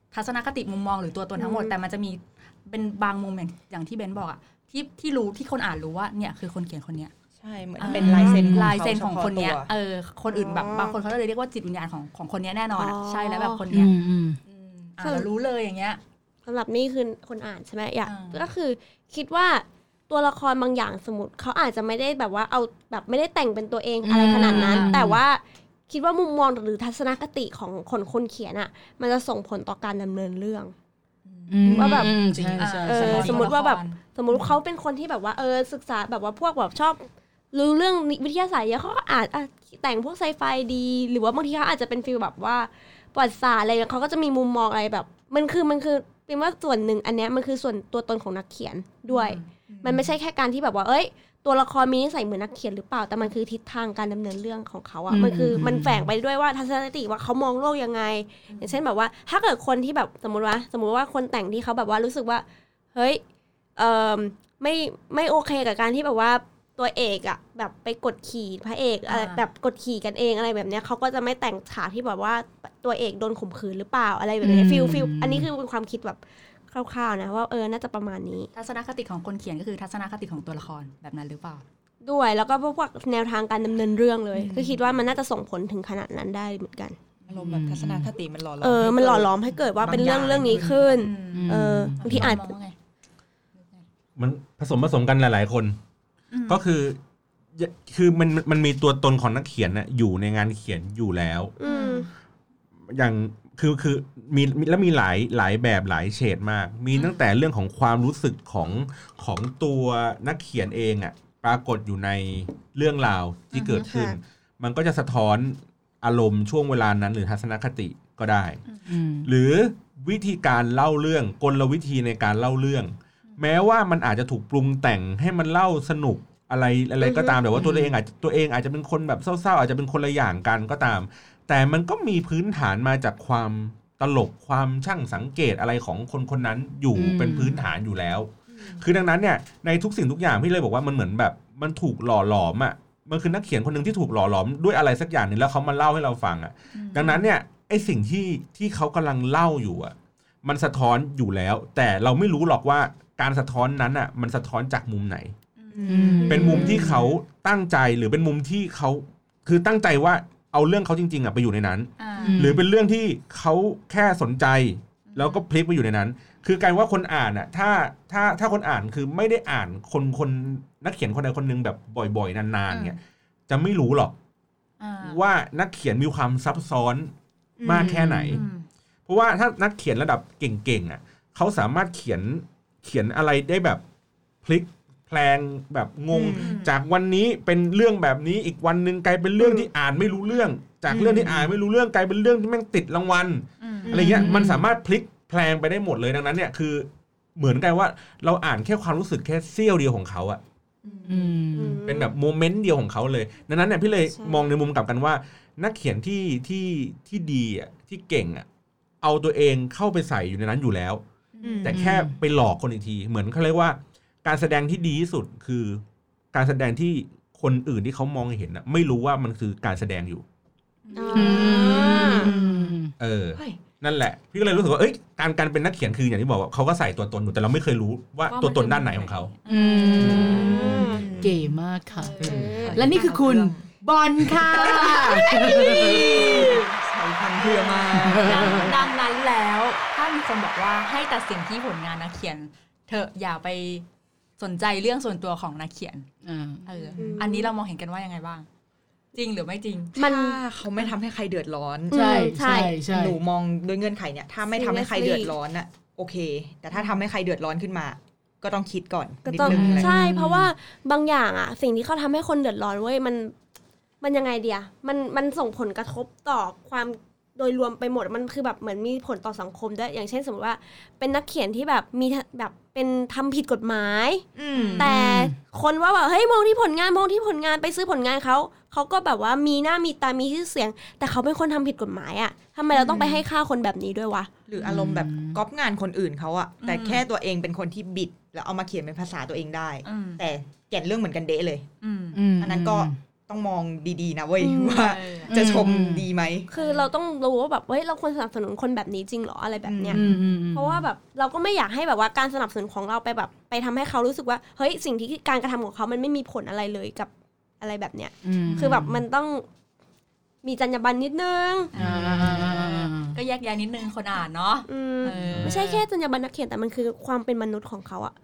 ทัศนคติมุมมองหรือตัวตนทั้งหมดแต่มันจะมีเป็นบางมุมอย่างที่เบนบอกอะที่รู้ที่คนอ่านรู้ว่าเนี่ยคือคนเขียนคนเนี้ยใช่เหมือนเป็นลายเซ็นของคนเนี้ยคนอื่นแบบบางคนเขาเลยเรียกว่าจิตวิญญาณของคนเนี้ยแน่นอนใช่แล้วแบบคนเนี้ยเรารู้เลยอย่างเงี้ยสำหรับนี่คือคนอ่านใช่ไหมก็คือคิดว่าตัวละครบางอย่างสมมติเขาอาจจะไม่ได้แบบว่าเอาแบบไม่ได้แต่งเป็นตัวเองอะไรขนาดนั้นแต่ว่าคิดว่ามุมมองหรือทัศนคติของคนเขียนอ่ะมันจะส่งผลต่อการดำเนินเรื่องว่าแบบสมมติว่าแบบสมมติเขาเป็นคนที่แบบว่าศึกษาแบบว่าพวกแบบชอบรู้เรื่องวิทยาศาสตร์เยอะเขาก็อาจแต่งพวกไซไฟดีหรือว่าบางทีเขาอาจจะเป็นฟีลแบบว่าประวัติศาสตร์อะไรเขาก็จะมีมุมมองอะไรแบบมันคือเป็นว่าส่วนหนึ่งอันเนี้ยมันคือส่วนตัวตนของนักเขียนด้วยมันไม่ใช่แค่การที่แบบว่าตัวละครมีนิสัยเหมือนนักเขียนหรือเปล่าแต่มันคือทิศทางการดำเนินเรื่องของเขาอ่ะมันแฝงไปด้วยว่าทัศนคติว่าเขามองโลกยังไงอย่างเช่นแบบว่าถ้าเกิดคนที่แบบสมมติว่าคนแต่งที่เขาแบบว่ารู้สึกว่าเฮ้ยไม่โอเคกับการที่แบบว่าตัวเอกอ่ะแบบไปกดขี่พระเอกอะไรแบบกดขี่กันเองอะไรแบบเนี้ยเขาก็จะไม่แต่งฉากที่แบบว่าตัวเอกโดนข่มขืนหรือเปล่าอะไรแบบนี้ฟิลอันนี้คือเป็นความคิดแบบคร่าวๆนะว่าน่าจะประมาณนี้ทัศนคติของคนเขียนก็คือทัศนคติของตัวละครแบบนั้นหรือเปล่าด้วยแล้วก็พวกแนวทางการดำเนินเรื่องเลยคือคิดว่ามันน่าจะส่งผลถึงขนาดนั้นได้เหมือนกันอารมณ์แบบทัศนคติมันหล่อหลอมมันหล่อหลอมให้เกิดว่าเป็นเรื่องนี้ขึ้นบางทีอาจมันผสมกันหลายๆคนก็คือมันมีตัวตนของนักเขียนน่ะอยู่ในงานเขียนอยู่แล้วอย่างคือมีแล้วมีหลายแบบหลายเฉดมากมีตั้งแต่เรื่องของความรู้สึกของตัวนักเขียนเองอ่ะปรากฏอยู่ในเรื่องราวที่เกิดขึ้นมันก็จะสะท้อนอารมณ์ช่วงเวลานั้นหรือทัศนคติก็ได้หรือวิธีการเล่าเรื่องกลวิธีในการเล่าเรื่องแม้ว่ามันอาจจะถูกปรุงแต่งให้มันเล่าสนุกอะไรก็ตามแต่ว่าตัวเองอาจจะเป็นคนแบบเศร้าๆอาจจะเป็นคนละอย่างกันก็ตามแต่มันก็มีพื้นฐานมาจากความตลกความช่างสังเกตอะไรของคนนั้นอยู่เป็นพื้นฐานอยู่แล้วคือดังนั้นเนี่ยในทุกสิ่งทุกอย่างพี่เลยบอกว่ามันเหมือนแบบมันถูกหล่อหลอมอ่ะมันคือนักเขียนคนนึงที่ถูกหล่อหลอมด้วยอะไรสักอย่างนึงแล้วเขามาเล่าให้เราฟังอ่ะดังนั้นเนี่ยไอ้สิ่งที่เขากำลังเล่าอยู่อ่ะมันสะท้อนอยู่แล้วแต่เราไม่รู้หรอกว่าการสะท้อนนั้นอ่ะมันสะท้อนจากมุมไหนเป็นมุมที่เขาตั้งใจหรือเป็นมุมที่เขาคือตั้งใจว่าเอาเรื่องเขาจริงๆอ่ะไปอยู่ในนั้นหรือเป็นเรื่องที่เขาแค่สนใจแล้วก็พลิกไปอยู่ในนั้นคือการว่าคนอ่านอ่ะถ้าคนอ่านคือไม่ได้อ่านคนนักเขียนคนใดคนนึงแบบบ่อยๆนานๆเนี่ยจะไม่รู้หรอกว่านักเขียนมีความซับซ้อนมากแค่ไหนเพราะว่าถ้านักเขียนระดับเก่งๆอ่ะเขาสามารถเขียนอะไรได้แบบพลิกแพลงแบบงงจากวันนี้เป็นเรื่องแบบนี้อีกวันนึงกลายเป็นเรื่องที่อ่านไม่รู้เรื่องจากเรื่องที่อ่านไม่รู้เรื่องกลายเป็นเรื่องที่แม่งติดรางวัลอะไรเงี้ยมันสามารถพลิกแพลงไปได้หมดเลยดังนั้นเนี่ยคือเหมือนกันว่าเราอ่านแค่ความรู้สึกแค่เสี้ยวเดียวของเขาอะเป็นแบบโมเมนต์เดียวของเขาเลยดังนั้นเนี่ยพี่เลยมองในมุมกลับกันว่านักเขียนที่ดีอ่ะที่เก่งอ่ะเอาตัวเองเข้าไปใส่อยู่ในนั้นอยู่แล้วแต่แค่ไปหลอกคนอีกทีเหมือนเขาเรียกว่าการแสดงที่ดีที่สุดคือการแสดงที่คนอื่นที่เขามองเห็นไม่รู้ว่ามันคือการแสดงอยู่นั่นแหละพี่ก็เลยรู้สึกว่าการเป็นนักเขียนคืออย่างที่บอกว่าเขาก็ใส่ตัวตนอยู่แต่เราไม่เคยรู้ว่าตัวตนด้านไหนของเขาเก๋มากค่ะและนี่คือคุณบอลค่ะใส่พันเพื่อมาดังนั้นแล้วถ้ามีคนบอกว่าให้ตัดสินที่ผลงานนักเขียนเธออย่าไปสนใจเรื่องส่วนตัวของนักเขียนอันนี้เรามองเห็นกันว่ายังไงบ้างจริงหรือไม่จริงมันเขาไม่ทำให้ใครเดือดร้อนใช่หนูมองด้วยเงื่อนไขเนี่ยถ้าไม่ทำให้ใครเดือดร้อนน่ะโอเคแต่ถ้าทำให้ใครเดือดร้อนขึ้นมาก็ต้องคิดก่อนนิดนึงใช่เพราะว่าบางอย่างอ่ะสิ่งที่เขาทำให้คนเดือดร้อนเว้ยมันยังไงเดียมันส่งผลกระทบต่อความโดยรวมไปหมดมันคือแบบเหมือนมีผลต่อสังคมด้วยอย่างเช่นสมมติว่าเป็นนักเขียนที่แบบมีแบบเป็นทำผิดกฎหมายแต่คนว่าแบบเฮ้ยมองที่ผลงานไปซื้อผลงานเขาก็แบบว่ามีหน้ามีตามีชื่อเสียงแต่เขาเป็นคนทำผิดกฎหมายอ่ะทำไมเราต้องไปให้ค่าคนแบบนี้ด้วยวะหรืออารมณ์แบบก๊อปงานคนอื่นเขาอ่ะแต่แค่ตัวเองเป็นคนที่บิดแล้วเอามาเขียนเป็นภาษาตัวเองได้แต่แก่นเรื่องเหมือนกันเดะเลยอันนั้นก็ต้องมองดีๆนะเว้ยว่าจะชมดีไหมคือเราต้องรู้ว่าแบบเฮ้ยเราควรสนับสนุนคนแบบนี้จริงหรออะไรแบบเนี้ยเพราะว่าแบบเราก็ไม่อยากให้แบบว่าการสนับสนุนของเราไปแบบไปทำให้เขารู้สึกว่าเฮ้ยสิ่งที่การกระทำของเขามันไม่มีผลอะไรเลยกับอะไรแบบเนี้ยคือแบบมันต้องมีจรรยาบรรณนิดนึงก็แยกแยะนิดนึงคนอ่านเนาะไม่ใช่แค่จรรยาบรรณนักเขียนแต่มันคือความเป็นมนุษย์ของเขาอ่ะ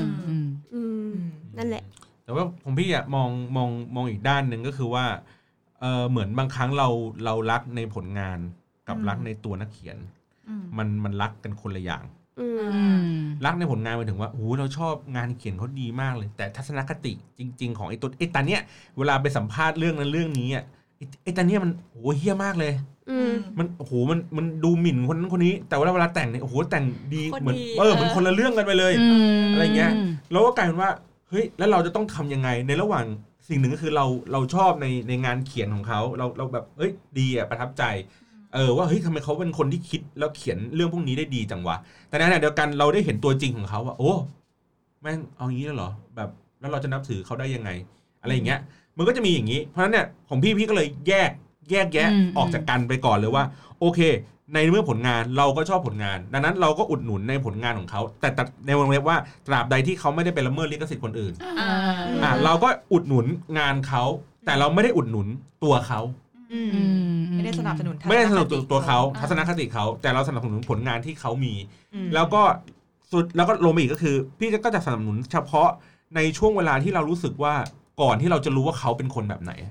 นั่นแหละแต่ว่าผมพี่อะมองอีกด้านหนึ่งก็คือว่าเหมือนบางครั้งเรารักในผลงานกับรักในตัวนักเขียนมันรักกันคนละอย่างรักในผลงานหมายถึงว่าโอ้เราชอบงานเขียนเขาดีมากเลยแต่ทัศนคติจริงๆของไอ้ตาเนี้ยเวลาไปสัมภาษณ์เรื่องนั้นเรื่องนี้อ่ะไอ้ตาเนี้ยมันโหเหี้ยมากเลยมันโอ้โหมันดูหมิ่นคนนั้นคนนี้แต่ว่าเวลาแต่งเนี่ยโอ้โหแต่งดีเหมือนเหมือนคนละเรื่องกันไปเลยอะไรเงี้ยแล้วก็กลายเป็นว่าเฮ้ยแล้วเราจะต้องทำยังไงในระหว่างสิ่งหนึ่งก็คือเราชอบในงานเขียนของเขาเราแบบเฮ้ยดีอ่ะประทับใจว่าเฮ้ยทำไมเขาเป็นคนที่คิดแล้วเขียนเรื่องพวกนี้ได้ดีจังวะแต่ในขณะเดียวกันเราได้เห็นตัวจริงของเขาว่าโอ้แม่งเอางี้แล้วเหรอแบบแล้วเราจะนับถือเขาได้ยังไงอะไรอย่างเงี้ยมันก็จะมีอย่างนี้เพราะฉะนั้นเนี่ยของพี่ก็เลยแยกแยะออกจากกันไปก่อนเลยว่าโอเคในเมื่อผลงานเราก็ชอบผลงานดังนั้นเราก็อุดหนุนในผลงานของเขาแต่ในวงเล็บว่าตราบใดที่เขาไม่ได้ไปละเมิดลิขสิทธิ์คนอื่นเราก็อุดหนุนงานเขาแต่เราไม่ได้อุดหนุนตัวเขาไม่ได้สนับสนุนตัวเขาทัศนคติเขาแต่เราสนับสนุนผลงานที่เขามีแล้วก็สุดแล้วก็ลงมาอีกก็คือพี่ก็จะสนับสนุนเฉพาะในช่วงเวลาที่เรารู้สึกว่าก่อนที่เราจะรู้ว่าเขาเป็นคนแบบไหน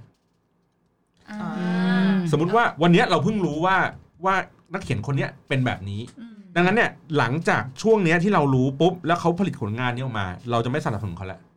สมมุติว่าวันนี้เราเพิ่งรู้ว่านักเขียนคนนี้เป็นแบบนี้ดังนั้นเนี่ยหลังจากช่วงนี้ที่เรารู้ปุ๊บแล้วเขาผลิตผลงานนี้ออกมาเราจะไม่สนับสนุนเขาแล้ว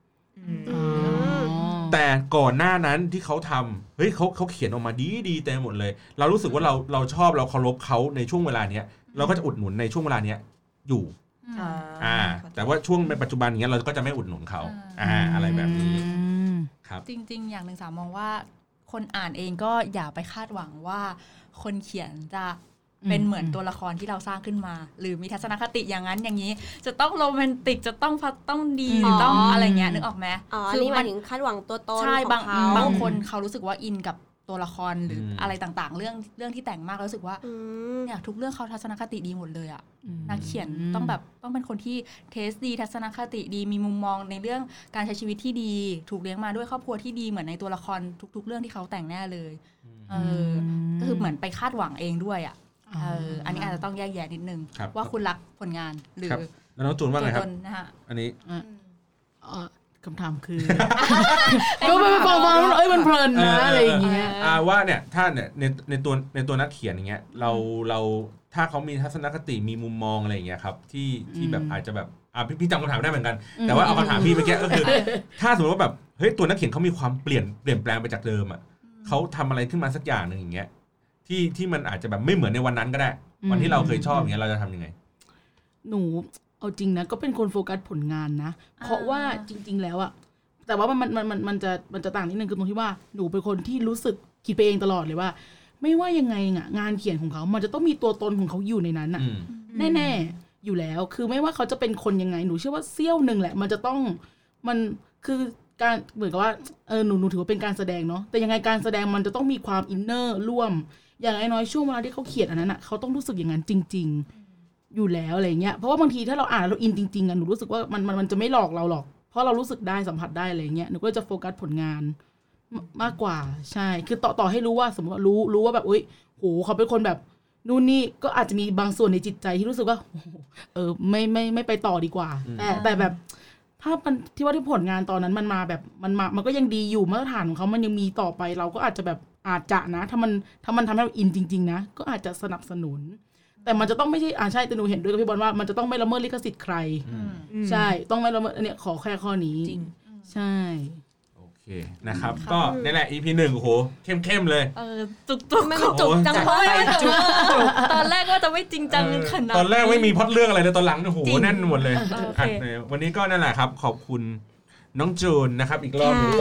แต่ก่อนหน้านั้นที่เขาทำเฮ้ยเขาเขียนออกมาดีเต็มหมดเลยเรารู้สึกว่าเราชอบเราเคารพเขาในช่วงเวลาเนี้ยเราก็จะอุดหนุนในช่วงเวลาเนี้ยอยู่แต่ว่าช่วงในปัจจุบันอย่างเงี้ยเราก็จะไม่อุดหนุนเขาอะไรแบบนี้ครับจริงๆอย่างหนึ่งสามมองว่าคนอ่านเองก็อย่าไปคาดหวังว่าคนเขียนจะเป็นเหมือนตัวละครที่เราสร้างขึ้นมาหรือมีทัศนคติอย่างนั้นอย่างนี้จะต้องโรแมนติกจะต้องดีต้องอะไรเงี้ยนึกออกไหมคือนี่หมายถึงคาดหวังตัวตนใช่บางคนเขารู้สึกว่าอินกับตัวละครหรืออะไรต่างๆเรื่องที่แต่งมากแล้วรู้สึกว่าเนี่ยทุกเรื่องเขาทัศนคติดีหมดเลยอ่ะนักเขียนต้องเป็นคนที่เทสดีทัศนคติดีมีมุมมองในเรื่องการใช้ชีวิตที่ดีถูกเลี้ยงมาด้วยครอบครัวที่ดีเหมือนในตัวละครทุกๆเรื่องที่เขาแต่งแน่เลยก็คือเหมือนไปคาดหวังเองด้วยอ่ะอันนี้อาจจะต้องแยกแยะนิดนึงว่าคุณรักผลงานหรือแล้วน้องจูนว่าไงครับอันนี้คำถามคือก็ไปฟังมันเพลินนะอะไรอย่างเงี้ยว่าเนี่ยถ้าเนี่ยในตัวนักเขียนอย่างเงี้ยเราถ้าเขามีทัศนคติมีมุมมองอะไรอย่างเงี้ยครับที่แบบอาจจะแบบพี่จำคำถามได้เหมือนกันแต่ว่าเอาคำถามพี่เมื่อกี้ก็คือถ้าสมมติว่าแบบเฮ้ยตัวนักเขียนเขามีความเปลี่ยนแปลงไปจากเดิมอ่ะเขาทำอะไรขึ้นมาสักอย่างนึงอย่างเงี้ยที่มันอาจจะแบบไม่เหมือนในวันนั้นก็ได้วันที่เราเคยชอบอย่างเงี้ยเราจะทำยังไงหนูเอาจริงนะก็เป็นคนโฟกัสผลงานนะเพราะว่าจริงๆแล้วอะแต่ว่ามันจะต่างนิดนึงคือตรงที่ว่าหนูเป็นคนที่รู้สึกคิดไปเองตลอดเลยว่าไม่ว่ายังไงอะงานเขียนของเขามันจะต้องมีตัวตนของเขาอยู่ในนั้นอะแน่ๆอยู่แล้วคือไม่ว่าเขาจะเป็นคนยังไงหนูเชื่อว่าเสี้ยวนึงแหละมันจะต้องมันคือการเหมือนกับว่าหนูถือว่าเป็นการแสดงเนาะแต่ยังไงการแสดงมันจะต้องมีความอินเนอร์ร่วมอย่างน้อยช่วงเวลาที่เขาเขียนอันนั้นอะเขาต้องรู้สึกอย่างนั้นจริงๆอยู่แล้วอะไรเงี้ยเพราะว่าบางทีถ้าเราอ่านเราอินจริงๆอะหนูรู้สึกว่ามันจะไม่หลอกเราหรอกเพราะเรารู้สึกได้สัมผัสได้อะไรเงี้ยหนูก็จะโฟกัสผลงานมากกว่าใช่คือต่อให้รู้ว่าสมมติว่ารู้ว่าแบบโหเขาเป็นคนแบบนู่นนี่ก็อาจจะมีบางส่วนในจิตใจที่รู้สึกว่าไม่ไปต่อดีกว่าแต่แบบถ้ามันที่ว่าที่ผลงานตอนนั้นมันมาแบบมันก็ยังดีอยู่มาตรฐานของเขามันยังมีต่อไปเราก็อาจจะแบบอาจจะนะถ้ามันทำให้เราอินจริงๆนะก็อาจจะสนับสนุนแต่มันจะต้องไม่ใช่ใช่แต่หนูเห็นด้วยกับพี่บอลว่ามันจะต้องไม่ละเมิดลิขสิทธิ์ใครใช่ต้องไม่ละเมิดเนี่ยขอแค่ข้อนี้ใช่โอเคนะครับก็นี่แหละ EP 1โอ้โหเข้มๆเลยจุกๆมันจุกจังเลยตอนแรกว่าจะไม่จริงจังขนาดตอนแรกไม่มีพล็อตเรื่องอะไรเลยตอนหลังโอ้โหแน่นหมดเลยวันนี้ก็นั่นแหละครับขอบคุณน้องจูนนะครับอีกรอบนึง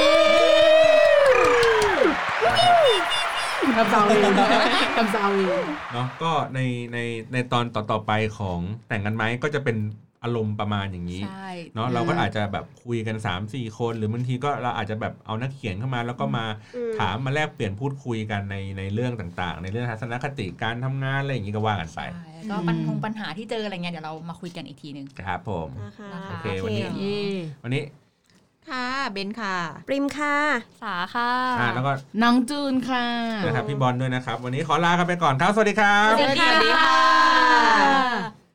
คำสาวีเนาะก็ในตอนต่อไปของแต่งกันไหมก็จะเป็นอารมณ์ประมาณอย่างนี้เนาะเราก็อาจจะแบบคุยกัน 3-4 คนหรือบางทีก็เราอาจจะแบบเอานักเขียนเข้ามาแล้วก็มาถามมาแลกเปลี่ยนพูดคุยกันในเรื่องต่างๆในเรื่องทัศนคติการทำงานอะไรอย่างนี้ก็ว่ากันไปก็ปัญหาที่เจออะไรเงี้ยเดี๋ยวเรามาคุยกันอีกทีนึงครับผมโอเควันนี้ค่ะเบนค่ะปริมค่ะสาค่ะแล้วก็น้องจูนค่ะนะครับพี่บอลด้วยนะครับวันนี้ขอลากันไปก่อนครับสวัสดีครับสวัสดีค่ะ